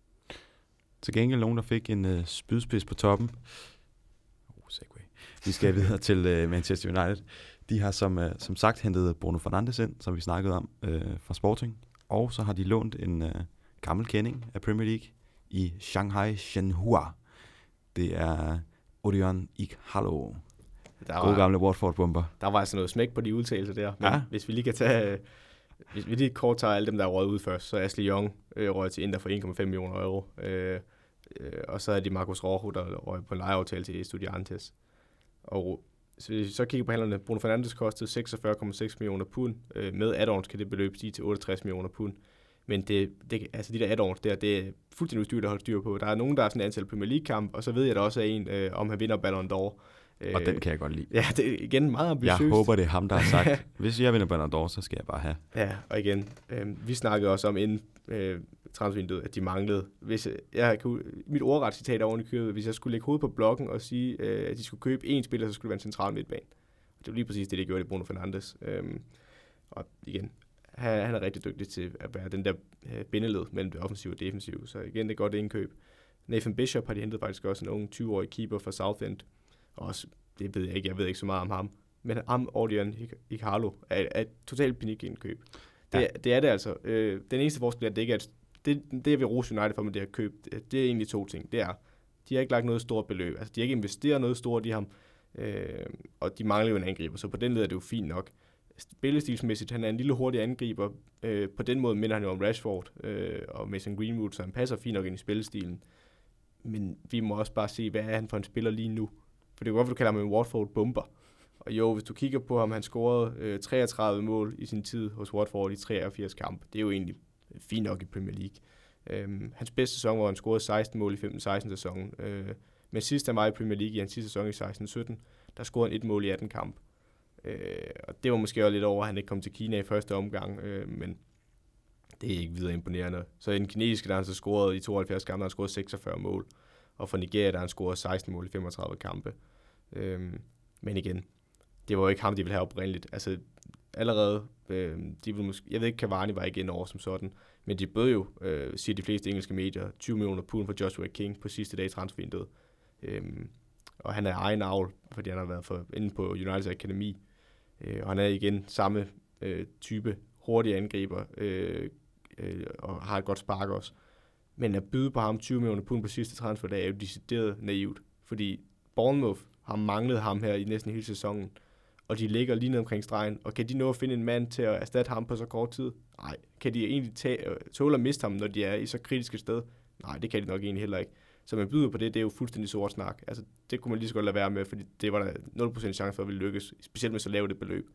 Til gengæld nogen, der fik en øh, spydspids på toppen. Oh, segway. Vi skal videre til øh, Manchester United. De har som, øh, som sagt hentet Bruno Fernandes ind, som vi snakkede om, øh, fra Sporting. Og så har de lånt en øh, gammel kending af Premier League i Shanghai Shenhua. Det er Odion Ighalo. Der var, gode gamle Watford-bomber. Der var altså noget smæk på de udtalelser der. Men ja. Hvis vi lige kan tage... Hvis vi lige kort tager alle dem, der er røget ud først, så er Ashley Young øh, røget til Inter for en komma fem millioner euro. Øh, øh, og så er det Marcos Rojo, der røget på en lejeaftale til Estudiantes. Og så hvis vi så kigger på handlerne, Bruno Fernandes kostede seksogfyrre komma seks millioner pund. Øh, med add-ons kan det beløb stige til otteogtres millioner pund. Men det, det, altså de der add-ons der, det er fuldstændig udstyrt at holde styr på. Der er nogen, der er sådan en antal Premier League-kamp, og så ved jeg, der også er en, øh, om han vinder Ballon d'Or. Og øh, den kan jeg godt lide. Ja, det er igen meget ambitiøst. Jeg håber, det er ham, der har sagt, hvis jeg vinder Ballon d'Or, så skal jeg bare have. Ja, og igen, øh, vi snakkede også om inden øh, transfervinduet, at de manglede. Hvis jeg kunne, mit ordret citat oven i købet, hvis jeg skulle lægge hovedet på blokken og sige, øh, at de skulle købe én spiller, så skulle det være en central midtbane. Det var lige præcis det, de gjorde i Bruno Fernandes. Øh, og igen, han, han er rigtig dygtig til at være den der øh, bindeled mellem det offensive og defensive. Så igen, det er godt indkøb. Nathan Bishop har de hentet faktisk også en ung tyve-årig keeper fra Southend. Også, det ved jeg ikke, jeg ved ikke så meget om ham. Men ham, Odion Ighalo, er, er et totalt panikindkøb. Det, ja. det er det altså. Øh, den eneste forskel er, at det ikke er et, det, det jeg vil rose United for med det her køb, det, det er egentlig to ting. Det er, de har ikke lagt noget stort beløb. Altså, de har ikke investeret noget stort i ham. Øh, og de mangler jo en angriber, så på den led er det jo fint nok. Spillestilsmæssigt, han er en lille hurtig angriber. Øh, på den måde minder han jo om Rashford øh, og Mason Greenwood, så han passer fint nok ind i spillestilen. Men vi må også bare se, hvad er han for en spiller lige nu. For det er godt, at du kalder ham en Watford-bomber. Og jo, hvis du kigger på ham, han scorede øh, treogtredive mål i sin tid hos Watford i treogfirs kampe. Det er jo egentlig fint nok i Premier League. Øhm, hans bedste sæson, hvor han scorede seksten mål i femten seksten sæsonen. Øh, men sidst han var i Premier League i hans sidste sæson i seksten sytten, der scorede han et mål i atten kampe. Øh, og det var måske også lidt over, at han ikke kom til Kina i første omgang. Øh, men det er ikke videre imponerende. Så i den kinesiske, der han så scorede i tooghalvfjerds kampe, der han scorede seksogfyrre mål. Og for Nigeria, der han scorede seksten mål i femogtredive kampe. Øhm, men igen, det var jo ikke ham, de ville have oprindeligt. Altså, allerede, øh, de ville måske, jeg ved ikke, Cavani var ikke ind over som sådan, men de bød jo, øh, siger de fleste engelske medier, tyve millioner pund for Joshua King på sidste dag i transfervinduet. Øhm, og han er egen avl, fordi han har været for, inde på Uniteds akademi. Øh, og han er igen samme øh, type hurtige angriber, øh, øh, og har et godt spark også. Men at byde på ham tyve millioner pund på sidste transferdag er jo decideret naivt, fordi Bournemouth har manglet ham her i næsten hele sæsonen, og de ligger lige ned omkring stregen, og kan de nå at finde en mand til at erstatte ham på så kort tid? Nej. Kan de egentlig tage, tåle at miste ham, når de er i så kritisk et sted? Nej, det kan de nok egentlig heller ikke. Så man byder på det, det er jo fuldstændig sort snak. Altså, det kunne man lige så godt lade være med, fordi det var der nul procent chance for at ville lykkes, specielt med så lavt et beløb.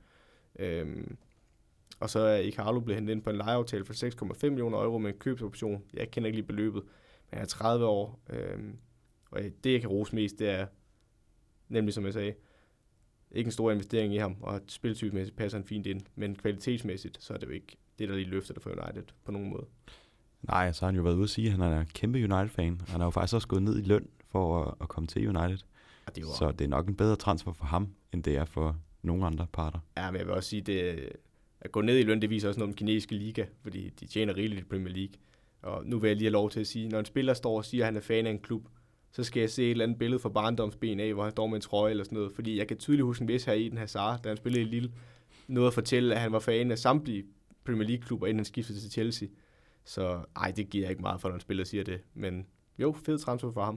Øhm, og så er Ighalo blevet hentet ind på en lejeaftale for seks komma fem millioner euro med en købsoption. Jeg kender ikke lige beløbet, men jeg er tredive år, øhm, og det, jeg kan rose mest, det er nemlig, som jeg sagde, ikke en stor investering i ham, og spiltypemæssigt passer han fint ind, men kvalitetsmæssigt, så er det jo ikke det, der lige løfter det for United på nogen måde. Nej, så har han jo været ude at sige, at han er en kæmpe United-fan. Han har jo faktisk også gået ned i løn for at, at komme til United. Det var... Så det er nok en bedre transfer for ham, end det er for nogle andre parter. Ja, men jeg vil også sige, det at gå ned i løn, det viser også noget om den kinesiske liga, fordi de tjener rigeligt i Premier League. Og nu vil jeg lige have lov til at sige, når en spiller står og siger, at han er fan af en klub, så skal jeg se et eller andet billede fra barndomsben af, hvor han står med en trøje eller sådan noget. Fordi jeg kan tydeligt huske en vis her i den Hazard, da han spillede i Lille, noget at fortælle, at han var fan af samtlige Premier League-klubber, inden han skiftede til Chelsea. Så ej, det giver ikke meget for, når en spiller siger det. Men jo, fed transfer for ham.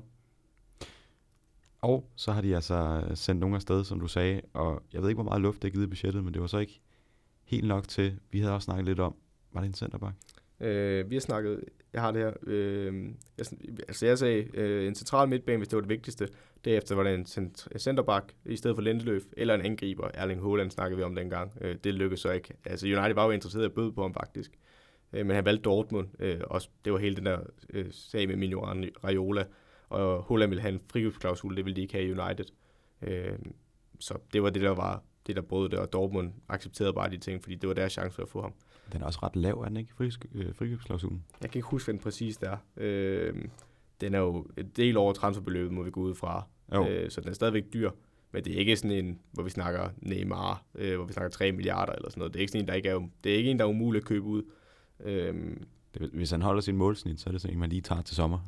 Og så har de altså sendt nogen afsted, som du sagde, og jeg ved ikke, hvor meget luft det er givet i budgettet, men det var så ikke helt nok til, vi havde også snakket lidt om, var det en centerback? Øh, vi har snakket, jeg har det her, øh, jeg, altså jeg sagde, øh, en central midtbane, hvis det var det vigtigste. Derefter var det en cent- centerback i stedet for Lindeløf, eller en angriber. Erling Haaland snakkede vi om dengang. Øh, det lykkedes så ikke. Altså United var jo interesseret i at bøde på ham faktisk. Øh, men han valgte Dortmund. Øh, også, det var hele den der øh, sag med Mino Raiola. Og Haaland ville have en frikøbsklausul, det ville de ikke have i United. Øh, så det var det, der var det, der brød det, og Dortmund accepterede bare de ting, fordi det var deres chance for at få ham. Den er også ret lav, er den ikke, frikøbsklausulen? Jeg kan ikke huske, hvad den præcis er. Øh, den er jo et del over transferbeløbet, må vi gå ud fra. Øh, så den er stadigvæk dyr. Men det er ikke sådan en, hvor vi snakker Neymar, øh, hvor vi snakker tre milliarder eller sådan noget. Det er ikke sådan en, der ikke er, det er ikke en, der er umulig at købe ud. Øh, det, hvis han holder sin målsnit, så er det sådan en, man lige tager til sommer.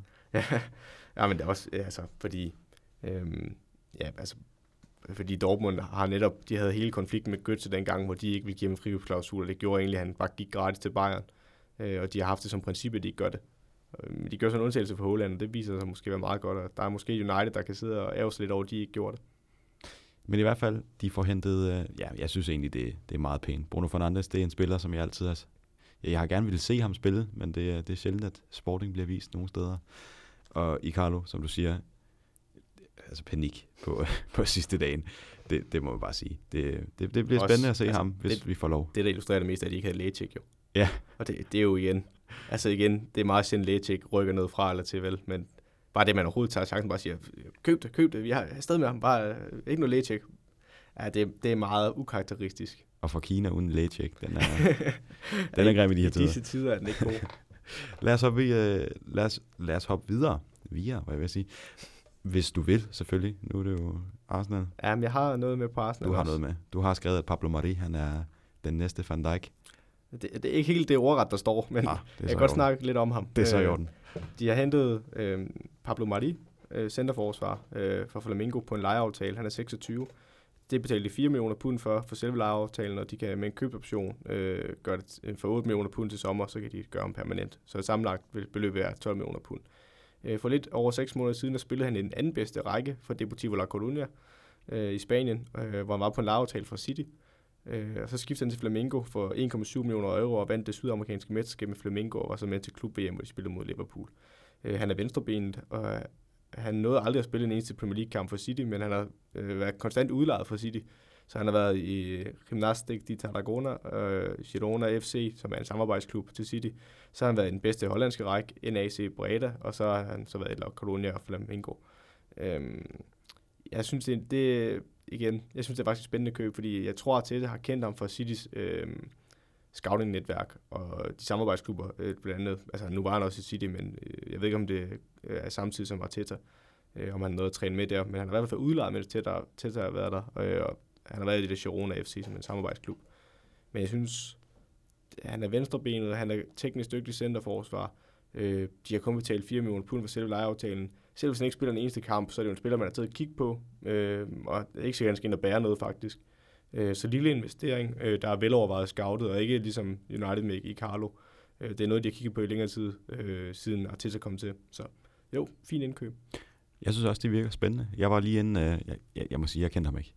Ja, men det er også, altså, fordi, øh, ja, altså, fordi Dortmund har netop, de havde hele konflikten med Götze dengang, hvor de ikke ville give ham en frikøbsklausul, og det gjorde egentlig, at han bare gik gratis til Bayern. Øh, og de har haft det som princip, at de ikke gør det. Men de gør sådan en undtagelse for Haaland, og det viser sig måske være meget godt, og der er måske United, der kan sidde og ære sig lidt over, at de ikke gjorde det. Men i hvert fald, de får hentet, øh, ja, jeg synes egentlig, det, det er meget pænt. Bruno Fernandes, det er en spiller, som jeg altid har, ja, jeg har gerne ville se ham spille, men det, det er sjældent, at Sporting bliver vist nogle steder. Og Icarlo, som du siger, altså panik på, på sidste dagen, det, det må man bare sige. Det, det, det bliver også spændende at se altså, ham, hvis det, vi får lov. Det, der illustrerer det mest, er, at de ikke havde lægetjek, jo. Ja. Og det, det er jo igen, altså igen, det er meget sjældent lægetjek rykker noget fra eller til, vel, men bare det, man overhovedet tager chancen, bare siger, køb det, køb det, vi har afsted med ham, bare ikke noget lægetjek. Ja, det, det er meget ukarakteristisk. Og for Kina uden lægetjek, den er, den er grim i de her tider. I disse tider er den ikke god. lad, os hoppe, uh, lad, os, lad os hoppe videre, via, hvad jeg vil sige. Hvis du vil, selvfølgelig. Nu er det jo Arsenal. Ja, men jeg har noget med på Arsenal. Du har også. noget med. Du har skrevet, at Pablo Mari, han er den næste Van Dijk. Det, det er ikke helt det ordret, der står, men ah, jeg kan godt snakke lidt om ham. Det er så i orden. De har hentet øh, Pablo Mari, øh, centerforsvar øh, for Flamengo på en lejeaftale. Han er seksogtyve. Det betalte de fire millioner pund for, for selve lejeaftalen, og de kan med en købsoption øh, gøre det for otte millioner pund til sommer, så kan de gøre ham permanent. Så sammenlagt vil beløbet være tolv millioner pund. Øh, for lidt over seks måneder siden, der spillede han i den anden bedste række for Deportivo La Coruña øh, i Spanien, øh, hvor han var på en lejeaftale fra City. Øh, og så skiftede han til Flamengo for en komma syv millioner euro og vandt det sydamerikanske mesterskab med Flamengo og var så med til klub-V M, hvor de spillede mod Liverpool. Øh, han er venstrebenet, og han nåede aldrig at spille en eneste Premier League-kamp for City, men han har øh, været konstant udlejet for City. Så han har været i Gimnàstic de Tarragona, øh, Girona F C, som er en samarbejdsklub til City. Så har han været i den bedste hollandske række, N A C Breda, og så har han så været i La Coruña og Flamengo. Øhm, jeg synes, det, det igen, jeg synes, det er faktisk et spændende køb, fordi jeg tror, at Tete har kendt ham fra Citys øh, scouting-netværk og de samarbejdsklubber øh, blandt andet. Altså, nu var han også i City, men øh, jeg ved ikke, om det øh, er samtidig som Arteta, øh, om han nåede at træne med der. Men han har i hvert fald udlejet med det, Tete, Tete har været der, øh, og han har været i det Girona F C som en samarbejdsklub. Men jeg synes, han er venstrebenet, og han er teknisk dygtig centerforsvar. Øh, de har kun betalt fire millioner pund for selve lejeaftalen. Selv hvis han ikke spiller den eneste kamp, så er det jo en spiller, man har taget at kigge på, øh, og det er ikke sikkert, han skal ind og bære noget faktisk. Øh, så lille investering, øh, der er velovervejet scoutet, og ikke ligesom United med Icarlo. Øh, det er noget, de har kigget på i længere tid, øh, siden Arteta kom til. Så jo, fin indkøb. Jeg synes også, det virker spændende. Jeg var lige inde, øh, jeg, jeg, jeg må sige, jeg kendte ham ikke.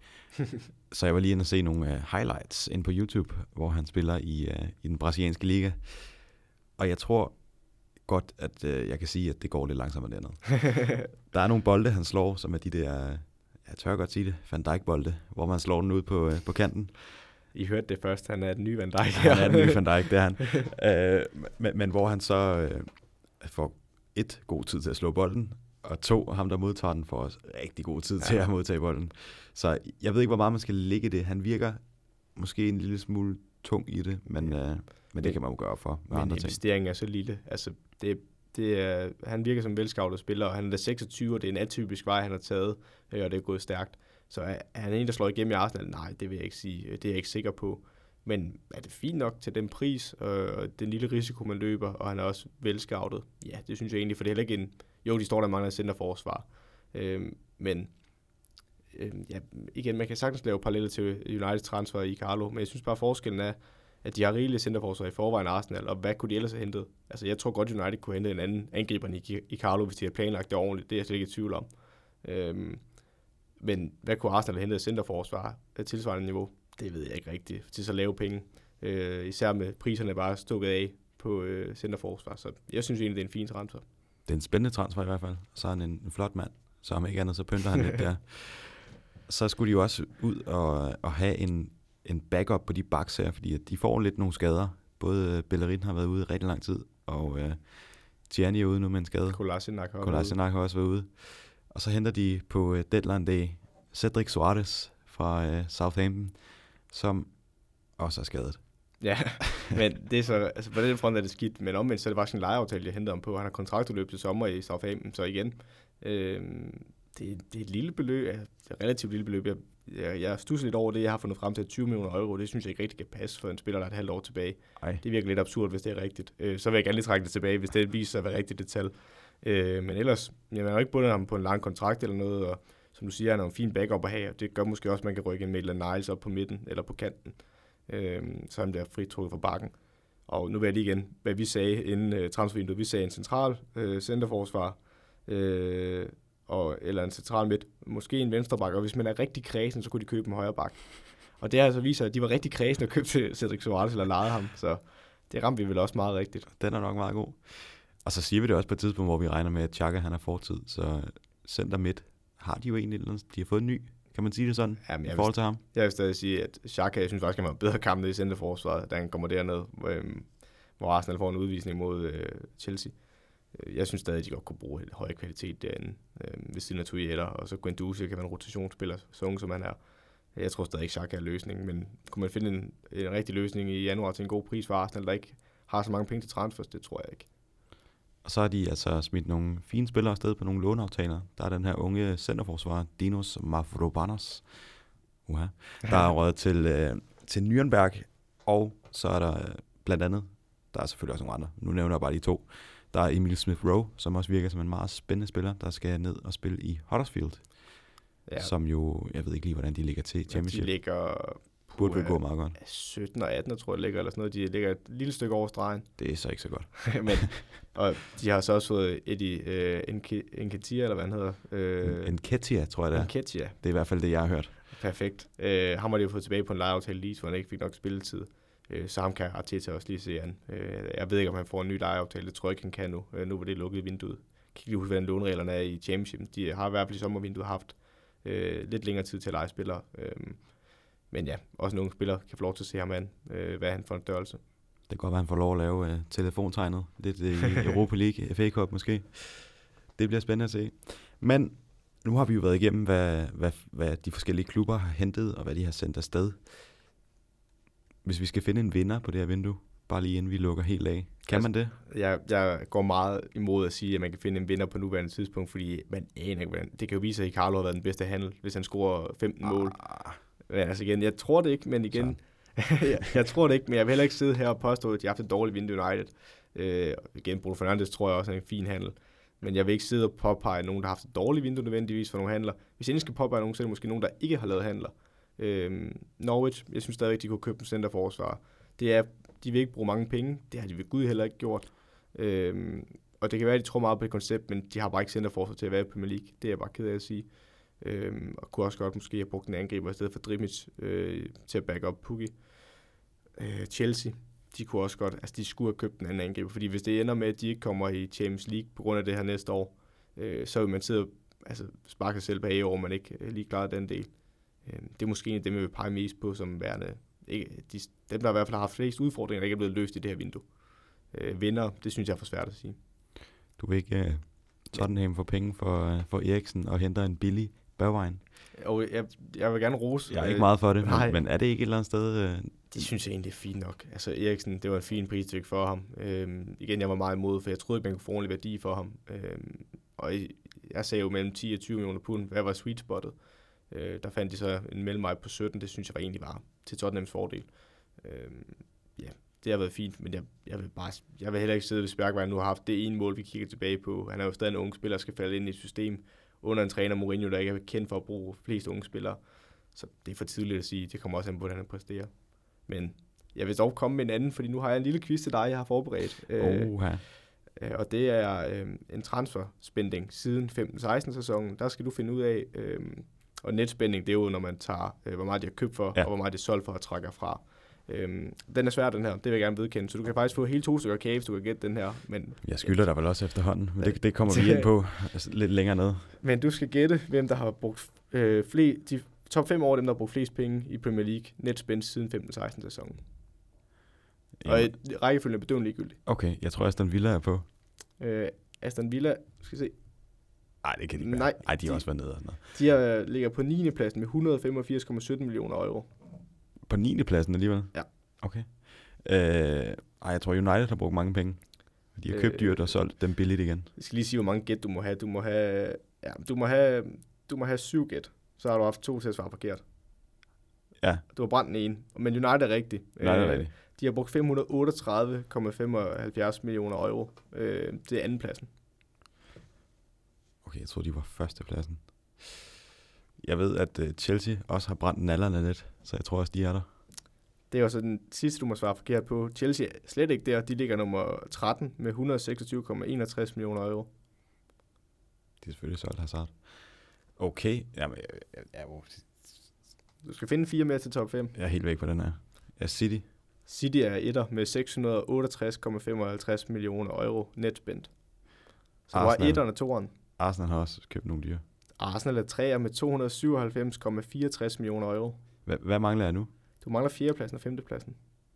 Så jeg var lige inde og se nogle øh, highlights inde på YouTube, hvor han spiller i, øh, i den brasilianske liga. Og jeg tror godt, at øh, jeg kan sige, at det går lidt langsommere dernede. Der er nogle bolde, han slår, som er de der, jeg tør godt sige det, Van Dijk-bolde, hvor man slår den ud på, øh, på kanten. I hørte det først, han er den nye Van Dijk. Han er den nye Van Dijk, det er han. øh, men, men hvor han så øh, får et, god tid til at slå bolden, og to, ham der modtager den, får også rigtig god tid ja. til at modtage bolden. Så jeg ved ikke, hvor meget man skal ligge i det. Han virker måske en lille smule tung i det, men, ja. øh, men det kan man jo gøre for med men andre ting. investeringen er så lille. Altså, det, det er, han virker som en velscoutet spiller, og han er da seksogtyve, og det er en atypisk vej, han har taget, og det er gået stærkt. Så er, er han en, der slår igennem i Arsenal? Nej, det vil jeg ikke sige. Det er jeg ikke sikker på. Men er det fint nok til den pris, og den lille risiko, man løber, og han er også velscoutet? Ja, det synes jeg egentlig, for det er heller ikke en... Jo, de står der mangler centerforsvar. Øhm, men øhm, ja, igen, man kan sagtens lave paralleller til Uniteds transfer i Icarlo, men jeg synes bare, forskellen er, at de har rigelige centerforsvar i forvejen Arsenal, og hvad kunne de ellers have hentet? Altså, jeg tror godt, United kunne hente en anden angriber end Icarlo, hvis de havde planlagt det ordentligt. Det er jeg slet ikke i tvivl om. Øhm, men hvad kunne Arsenal have hentet af centerforsvar af tilsvarende niveau? Det ved jeg ikke rigtigt. Til så lave penge. Øh, især med priserne bare stukket af på øh, centerforsvar. Så jeg synes egentlig, det er en fin transfer. Det er en spændende transfer i hvert fald. Så er han en, en flot mand. Så om ikke andet, så pynter han lidt der. Så skulle de jo også ud og, og have en, en backup på de backs her, fordi at de får lidt nogle skader. Både Bellerin har været ude i rigtig lang tid, og øh, Tierney er ude nu med en skade. Kolasinac har, Kolasinac har også været ude. Og så henter de på uh, deadline day Cedric Suarez fra uh, Southampton, som også er skadet. Ja, men det er så, altså på den front er det skidt, men omvendt så er det faktisk en lejeaftale, jeg henter ham på. Han har kontraktudløb til sommer i Southampton, så igen, øh, det, det er et lille beløb, det er et relativt lille beløb. Jeg, jeg, jeg stusser lidt over det, jeg har fundet frem til tyve millioner euro. Det synes jeg ikke rigtig kan passe for en spiller, der er et halvt år tilbage. Ej. Det virker lidt absurd, hvis det er rigtigt. Øh, så vil jeg gerne lige trække det tilbage, hvis det viser sig at være rigtigt det tal. Øh, men ellers, jeg har ikke bundet ham på en lang kontrakt eller noget, og som du siger, han er en fin backup at have, og det gør måske også, at man kan rykke en Maitland Niles op på midten eller på kanten, øh, så han bliver fritrukket fra bakken. Og nu vil jeg lige igen, hvad vi sagde inden uh, transfervinduet. Vi sagde en central uh, centerforsvar, uh, og, eller en central midt, måske en venstreback, og hvis man er rigtig kredsen, så kunne de købe en højre bak. Og det har altså vist sig, at de var rigtig kredsen og købte Cedric Suarez eller lejede ham, så det ramte vi vel også meget rigtigt. Den er nok meget god. Og så siger vi det også på et tidspunkt, hvor vi regner med, at Xhaka han er fortid, så center midt har de jo egentlig, de har fået en ny, kan man sige det sådan, Jamen, i forhold til ham? Jeg vil stadig sige, at Xhaka, jeg synes faktisk, han var en bedre kamp nede i centerforsvaret, da han kommer derned, øh, hvor Arsenal får en udvisning mod øh, Chelsea. Jeg synes stadig, at de godt kunne bruge en høj kvalitet derinde, øh, ved siden af Tuieta, og så Guendouzi kan være en rotationsspiller, så ung som han er. Jeg tror stadig ikke, Xhaka er løsningen, men kunne man finde en, en rigtig løsning i januar til en god pris for Arsenal, der ikke har så mange penge til transfers, det tror jeg ikke. Og så har de altså smidt nogle fine spillere afsted på nogle låneaftaler. Der er den her unge centerforsvarer, Dinos Mavropanos, uh-huh, der er røget til, øh, til Nürnberg. Og så er der øh, blandt andet, der er selvfølgelig også nogle andre, nu nævner jeg bare de to. Der er Emil Smith-Rowe, som også virker som en meget spændende spiller, der skal ned og spille i Huddersfield. Ja. Som jo, jeg ved ikke lige, hvordan de ligger til Championship. De ligger burde vel gå meget godt. sytten og atten, tror jeg, ligger, eller sådan noget. De ligger et lille stykke over stregen. Det er så ikke så godt. Men, og de har så også fået Eddie uh, Nketiah, eller hvad han hedder. Uh, Nketiah, tror jeg det er. Nketiah. Det er i hvert fald det, jeg har hørt. Perfekt. Uh, ham har de jo fået tilbage på en lejeaftale lige, hvor han ikke fik nok spilletid. Uh, så ham kan Arteta også lige se an. Uh, jeg ved ikke, om han får en ny lejeaftale. Det tror jeg ikke, han kan nu. Uh, nu var det lukket i vinduet. Jeg kan ikke lige huske, hvordan lånereglerne er i Championship. De har i hvert fald i sommervinduet haft uh, lidt længere tid til at lege spillere. Uh, Men ja, også nogle spillere kan få lov til at se ham an, øh, hvad han får en størrelse. Det kan godt være, han får lov at lave øh, telefontegnet. Lidt øh, i Europa League, F A Cup måske. Det bliver spændende at se. Men nu har vi jo været igennem, hvad, hvad, hvad de forskellige klubber har hentet, og hvad de har sendt afsted. Hvis vi skal finde en vinder på det her vindue, bare lige inden vi lukker helt af. Kan altså, man det? Jeg, jeg går meget imod at sige, at man kan finde en vinder på nuværende tidspunkt, fordi man aner ikke, hvordan. Det kan jo vise, at Carlo har været den bedste handel, hvis han scorer femten ah. mål. Men altså igen, jeg tror det ikke, men igen, jeg, jeg tror det ikke, men jeg vil heller ikke sidde her og påstå, at de har haft et dårligt vindue United. Øh, igen, Bruno Fernandes tror jeg også er en fin handel, men jeg vil ikke sidde og påpege nogen, der har haft et dårligt vindue nødvendigvis for nogle handler. Hvis jeg ikke skal påpege nogen, så er det måske nogen, der ikke har lavet handler. Øh, Norwich, jeg synes stadig, de kunne købe en centerforsvar. Det er, de vil ikke bruge mange penge, det har de ved Gud heller ikke gjort. Øh, og det kan være, at de tror meget på det koncept, men de har bare ikke centerforsvar til at være i Premier League. Det er jeg bare ked af at sige. Øhm, og kunne også godt måske have brugt en angriber i stedet for Drimic øh, til at back up Pukki. Øh, Chelsea, de kunne også godt, altså de skulle have købt en anden angriber, fordi hvis det ender med, at de ikke kommer i Champions League på grund af det her næste år, øh, så vil man sidde og altså, sparke sig selv bag over, man ikke øh, lige klarer den del. Øh, det er måske en af dem, jeg vil pege mest på som værende, ikke, de, dem der i hvert fald har haft flest udfordringer, der ikke er blevet løst i det her vindue. Øh, vinder, det synes jeg er for svært at sige. Du vil ikke uh, Tottenham for penge for, uh, for Eriksen og henter en billig Bergwijn? Og jeg, jeg vil gerne rose. Jeg er ikke meget for det, men, men er det ikke et eller andet sted? Uh... Det synes jeg egentlig er fint nok. Altså Eriksen, det var en fin prisstykke for ham. Øhm, igen, jeg var meget imod, for jeg troede ikke, man kunne få ordentlig værdi for ham. Øhm, og jeg sagde jo mellem ti og tyve millioner pund. Hvad var sweet spottet? Øh, der fandt de så en mellemvej på sytten. Det synes jeg var egentlig var til Tottenhams fordel. Øhm, ja, det har været fint, men jeg, jeg vil bare, jeg vil heller ikke sidde ved Bergwijn. Nu har haft det ene mål, vi kigger tilbage på. Han er jo stadig en ung spiller, der skal falde ind i et system under en træner Mourinho, der ikke er kendt for at bruge flest unge spillere. Så det er for tidligt at sige. Det kommer også an på, hvordan han præsterer. Men jeg vil dog komme med en anden, fordi nu har jeg en lille quiz til dig, jeg har forberedt. Uh-huh. Øh, og det er øh, en transfer-spending siden femten seksten sæsonen. Der skal du finde ud af, øh, og netspending, det er jo, når man tager, øh, hvor meget de har købt for, ja. og hvor meget de er solgt for at trække fra. Øhm, den er svær, den her. Det vil jeg gerne vedkende. Så du kan faktisk få hele to stykker kage, hvis du kan gætte den her. Men Jeg skylder dig vel også efterhånden, men det, det kommer vi ind på altså, lidt længere ned. Men du skal gætte, hvem der har brugt øh, flere, de top fem år, dem der har brugt flest penge i Premier League net spend siden femten seksten sæsonen. Og i rækkefølgen er bedøvende ligegyldigt. Okay, jeg tror Aston Villa er på. Øh, Aston Villa, skal se. Nej, det kan de ikke være. Nej, Ej, de har de- også været nede. og sådan noget. De er, ligger på niende pladsen med et hundrede og femogfirs komma sytten millioner euro. På niende pladsen alligevel? Ja. Okay. Øh, ej, jeg tror United har brugt mange penge. De har købt Øh, dyrt og solgt dem billigt igen. Jeg skal lige sige, hvor mange gæt du må have. Du må have, ja, du må have, du må have syv gæt. Så har du haft to til at svare forkert. Ja, Du har brændt den ene. Men United er rigtigt. nej, det er Øh, rigtigt. De har brugt fem hundrede og otteogtredive komma femoghalvfjerds millioner euro. Øh, det er anden pladsen. Okay, jeg tror de var førstepladsen. Jeg ved, at uh, Chelsea også har brændt nallerne lidt, så jeg tror også, de er der. Det er jo så den sidste, du må svare forkert på. Chelsea er slet ikke der. De ligger nummer tretten med et hundrede og seksogtyve komma enogtres millioner euro. De er selvfølgelig solgt Hazard. Okay, jamen, jeg, jeg, jeg, jeg, Du skal finde fire mere til top fem. jeg er helt væk på den her. Ja, City. City er etter med seks hundrede og otteogtres komma femoghalvtreds millioner euro net spend. Så du var Arsenal. etteren og toeren. Arsenal har også købt nogle dyre. Arsenal er treer med to hundrede og syvoghalvfems komma fireogtres millioner euro. Hvad, hvad mangler jeg nu? Du mangler fjerdepladsen og femtepladsen.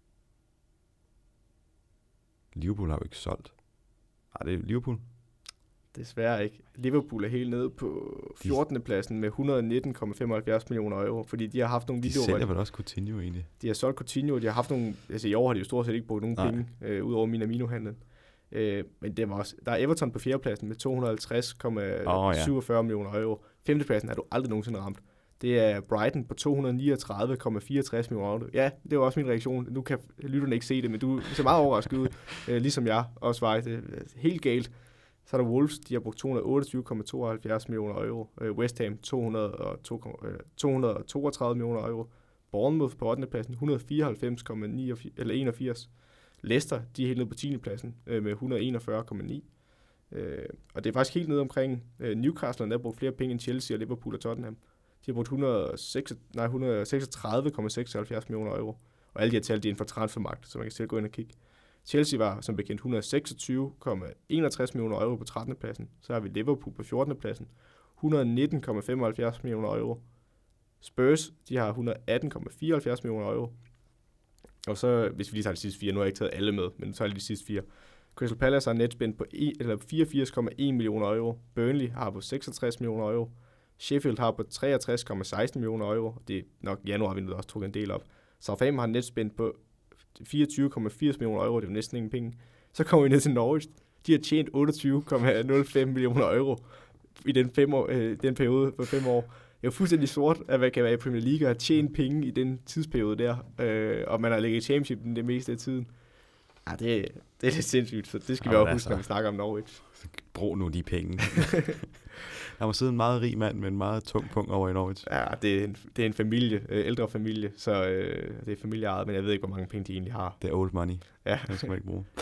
Liverpool har jo ikke solgt. Nej, det er Liverpool. Desværre ikke. Liverpool er helt nede på fjortende pladsen med et hundrede og nitten komma femoghalvfjerds millioner euro, fordi de har haft nogle De videoer, sælger hvor vel også Coutinho egentlig. de har solgt Coutinho, de har haft nogle, altså i år har de jo stort set ikke brugt nogen Nej. penge, øh, udover Minamino-handlen. Øh, men det var også, der er Everton på fjerdepladsen med to hundrede og halvtreds komma syvogfyrre oh, ja. millioner euro. Femtepladsen har du aldrig nogensinde ramt. Det er Brighton på to hundrede og niogtredive komma fireogtres millioner euro. Ja, det var også min reaktion. Nu kan lytterne ikke se det, men du ser meget overrasket ud, øh, ligesom jeg også var. Det er helt galt. Så er der Wolves, de har brugt to hundrede og otteogtyve komma tooghalvfjerds millioner euro. Øh, West Ham to hundrede og toogtredive millioner euro. Bournemouth på ottende pladsen et hundrede og fireoghalvfems komma enogfirs. Leicester, de er helt nede på tiende pladsen øh, med et hundrede og enogfyrre komma ni. Øh, og det er faktisk helt nede omkring øh, Newcastle, der har brugt flere penge end Chelsea og Liverpool og Tottenham. De har brugt et hundrede og seksogtredive komma seksoghalvfjerds millioner euro. Og alle de her tal, de er inden for transfermarkt, så man kan selv gå ind og kigge. Chelsea var som bekendt et hundrede og seksogtyve komma enogtres millioner euro på trettende pladsen. Så har vi Liverpool på fjortende pladsen. et hundrede og nitten komma femoghalvfjerds millioner euro. Spurs, de har et hundrede og atten komma fireoghalvfjerds millioner euro. Og så, hvis vi lige tager de sidste fire, nu har jeg ikke taget alle med, men nu tager jeg de sidste fire. Crystal Palace har netspend på fireogfirs komma en millioner euro. Burnley har på seksogtres millioner euro. Sheffield har på treogtres komma seksten millioner euro. Det er nok januar, vi nu også trukket en del op. Southampton har netspend på fireogtyve komma firs millioner euro. Det er jo næsten ingen penge. Så kommer vi ned til Norwich. De har tjent otteogtyve komma nul fem millioner euro i den, fem år, øh, den periode på fem år. Det er jo fuldstændig sort, at man kan være i Premier League og have tjent penge i den tidsperiode der, øh, og man har ligget i championship det meste af tiden. Ja, det, det er lidt sindssygt, så det skal vi Jamen også altså. huske, når vi snakker om Norwich. Brug nu de penge. Der må sidde en meget rig mand med en meget tung punkt over i Norwich. Ja, det er en, det er en familie, øh, ældre familie, så øh, det er familieejet, men jeg ved ikke, hvor mange penge de egentlig har. Det er old money. Ja. Det skal man ikke bruge.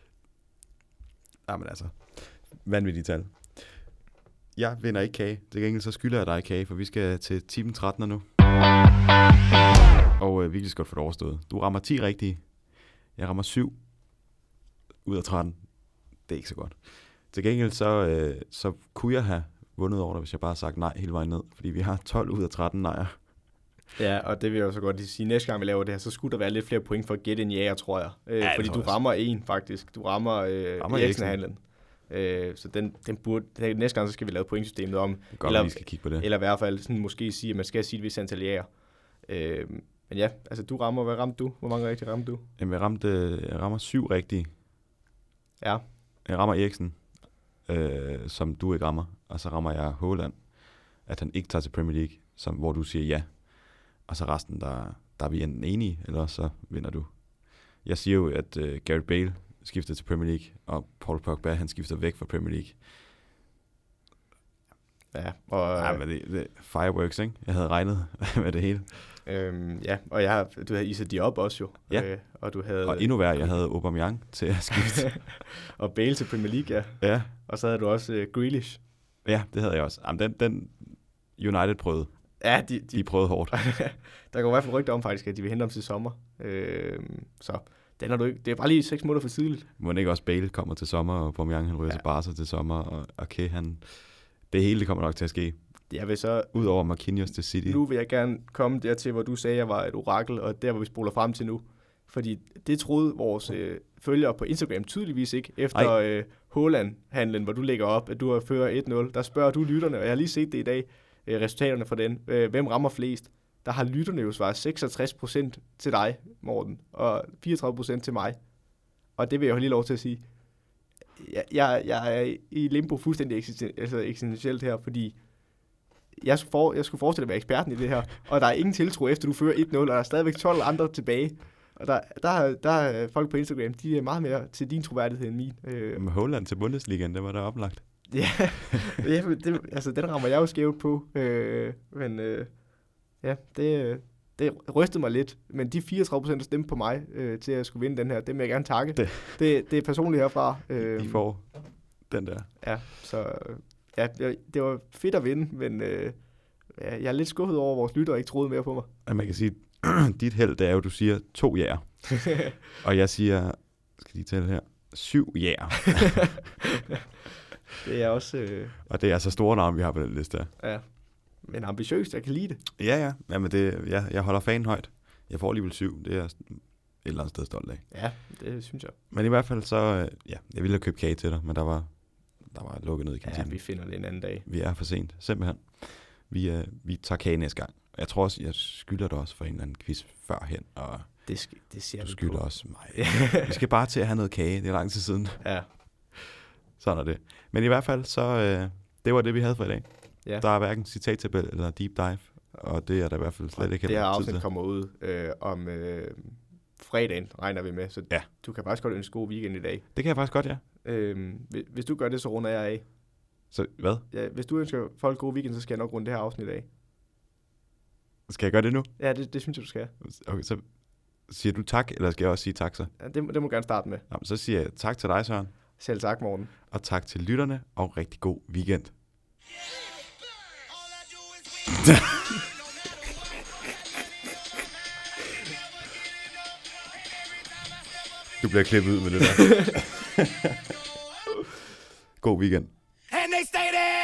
Jamen altså, vanvittige tal. Jeg vinder ikke kage. Til gengæld så skylder jeg dig kage, for vi skal til Team tretten nu. Og øh, virkelig godt få det overstået. Du rammer ti rigtige. Jeg rammer syv ud af tretten. Det er ikke så godt. Til gengæld så, øh, så kunne jeg have vundet over dig, hvis jeg bare havde sagt nej hele vejen ned. Fordi vi har tolv ud af tretten nejer. Ja, og det vil jeg jo så godt sige. Næste gang vi laver det her, så skulle der være lidt flere point for at gætte en jæger, tror jeg. Øh, Ja, fordi tror du jeg rammer en, faktisk. Du rammer, øh, Rammer Eriksen-handlen. Øh, så den, den burde, den, næste gang så skal vi lave pointsystemet om. Det er godt, Eller- at vi skal kigge på det. Eller i hvert fald sådan, måske sige, at man skal sige et vist antal jæger. Øh, men ja, altså du rammer, hvad ramte du? Hvor mange rigtige ramte du? Jamen, jeg, ramte, jeg rammer syv rigtige. Ja, Jeg rammer Eriksen, øh, som du ikke rammer. Og så rammer jeg Haaland, at han ikke tager til Premier League, som, hvor du siger ja. Og så resten, der, der er vi enten enige, eller så vinder du. Jeg siger jo, at øh, Gareth Bale skifter til Premier League, og Paul Pogba, han skifter væk fra Premier League. ja, og, Ja, men det, det, fireworks, ikke? Jeg havde regnet med det hele. øhm, ja, og jeg, har- du havde Issa Diop også jo. Ja. Øh, og du havde Og endnu værre, jeg havde Aubameyang til at skifte. og Bale til Premier League, ja. ja, Og så havde du også øh, Grealish. ja, det havde jeg også. Jamen, den, den United prøvede. Ja, de, de, De prøvede hårdt. der går i hvert fald rygter om faktisk, at de vil hente ham til sommer. Øh, så den har du ikke. Det er bare lige seks måneder for tidligt. Må ikke også Bale kommer til sommer, og Aubameyang han ryger Ja. til Barca til sommer, og okay, han... Det hele det kommer nok til at ske. Jeg vil så... Udover Marquinhos til City. Nu vil jeg gerne komme dertil, hvor du sagde, at jeg var et orakel, og der, hvor vi spoler frem til nu. Fordi det troede vores øh, følgere på Instagram tydeligvis ikke, efter øh, Haaland-handlen, hvor du lægger op, at du har fører et nul. Der spørger du lytterne, og jeg har lige set det i dag, øh, resultaterne fra den. Øh, hvem rammer flest? Der har lytterne jo svaret seksogtres procent til dig, Morten, og fireogtredive procent til mig. Og det vil jeg jo lige lov til at sige. Jeg, jeg, jeg er i limbo fuldstændig eksisten- altså eksistentielt her, fordi jeg skulle, for, jeg skulle forestille at være eksperten i det her, og der er ingen tiltro efter, du fører et nul, og der er stadigvæk tolv andre tilbage. Og der, der, der er folk på Instagram, de er meget mere til din troværdighed end min. Øh, Med Haaland til Bundesligaen, det var der oplagt. ja, ja det, altså den rammer jeg jo skævt på. Øh, men øh, ja, det, det rystede mig lidt. Men de fireogtredive procent, der stemte på mig øh, til at skulle vinde den her, dem vil jeg gerne takke. Det, Det, det er personligt herfra. Øh, I får den der. Ja, så ja, jeg- det var fedt at vinde, men øh, ja, jeg er lidt skuffet over, at vores lyttere ikke troede mere på mig. At man kan sige, dit held, det er jo, du siger to jæger. Og jeg siger, skal de tælle her, syv jæger. Det er også, øh, Og det er altså store navne, vi har på den liste her. ja, men ambitiøst, jeg kan lide det. Ja, ja. Jamen det, ja, jeg holder fanen højt. Jeg får alligevel syv. Det er jeg et eller andet sted stolt af. Ja, det synes jeg. Men i hvert fald så, øh, ja, jeg ville have købt kage til dig, men der var, der var lukket ned i Ja, kantinen. vi finder det en anden dag. Vi er for sent, simpelthen. Vi, øh, vi tager kage næste gang. Jeg tror også, jeg skylder dig også for en eller anden quiz førhen, og Det, sk- det siger du vi skylder på. også mig. Vi skal bare til at have noget kage. Det er lang tid siden. Ja, Sådan er det. Men i hvert fald, så øh, det var det, vi havde for i dag. ja. Der er hverken citattabel eller deep dive, og det er der i hvert fald slet ikke Det her tid afsnit til. kommer ud øh, om øh, fredagen, regner vi med. Så Ja. du kan faktisk godt ønske god weekend i dag. Det kan jeg faktisk godt, ja. Øh, hvis- hvis du gør det, så runder jeg af. Så hvad? Ja, hvis du ønsker folk god weekend, så skal jeg nok runde det her afsnit af. Skal jeg gøre det nu? Ja, det, det synes jeg, du skal. Okay, så siger du tak, eller skal jeg også sige tak så? Ja, det, må- det må du gerne starte med. Jamen, så siger jeg tak til dig, Søren, Selv tak, Morten. og tak til lytterne, og rigtig god weekend. Du bliver klippet ud med det der. God weekend. And they stay there.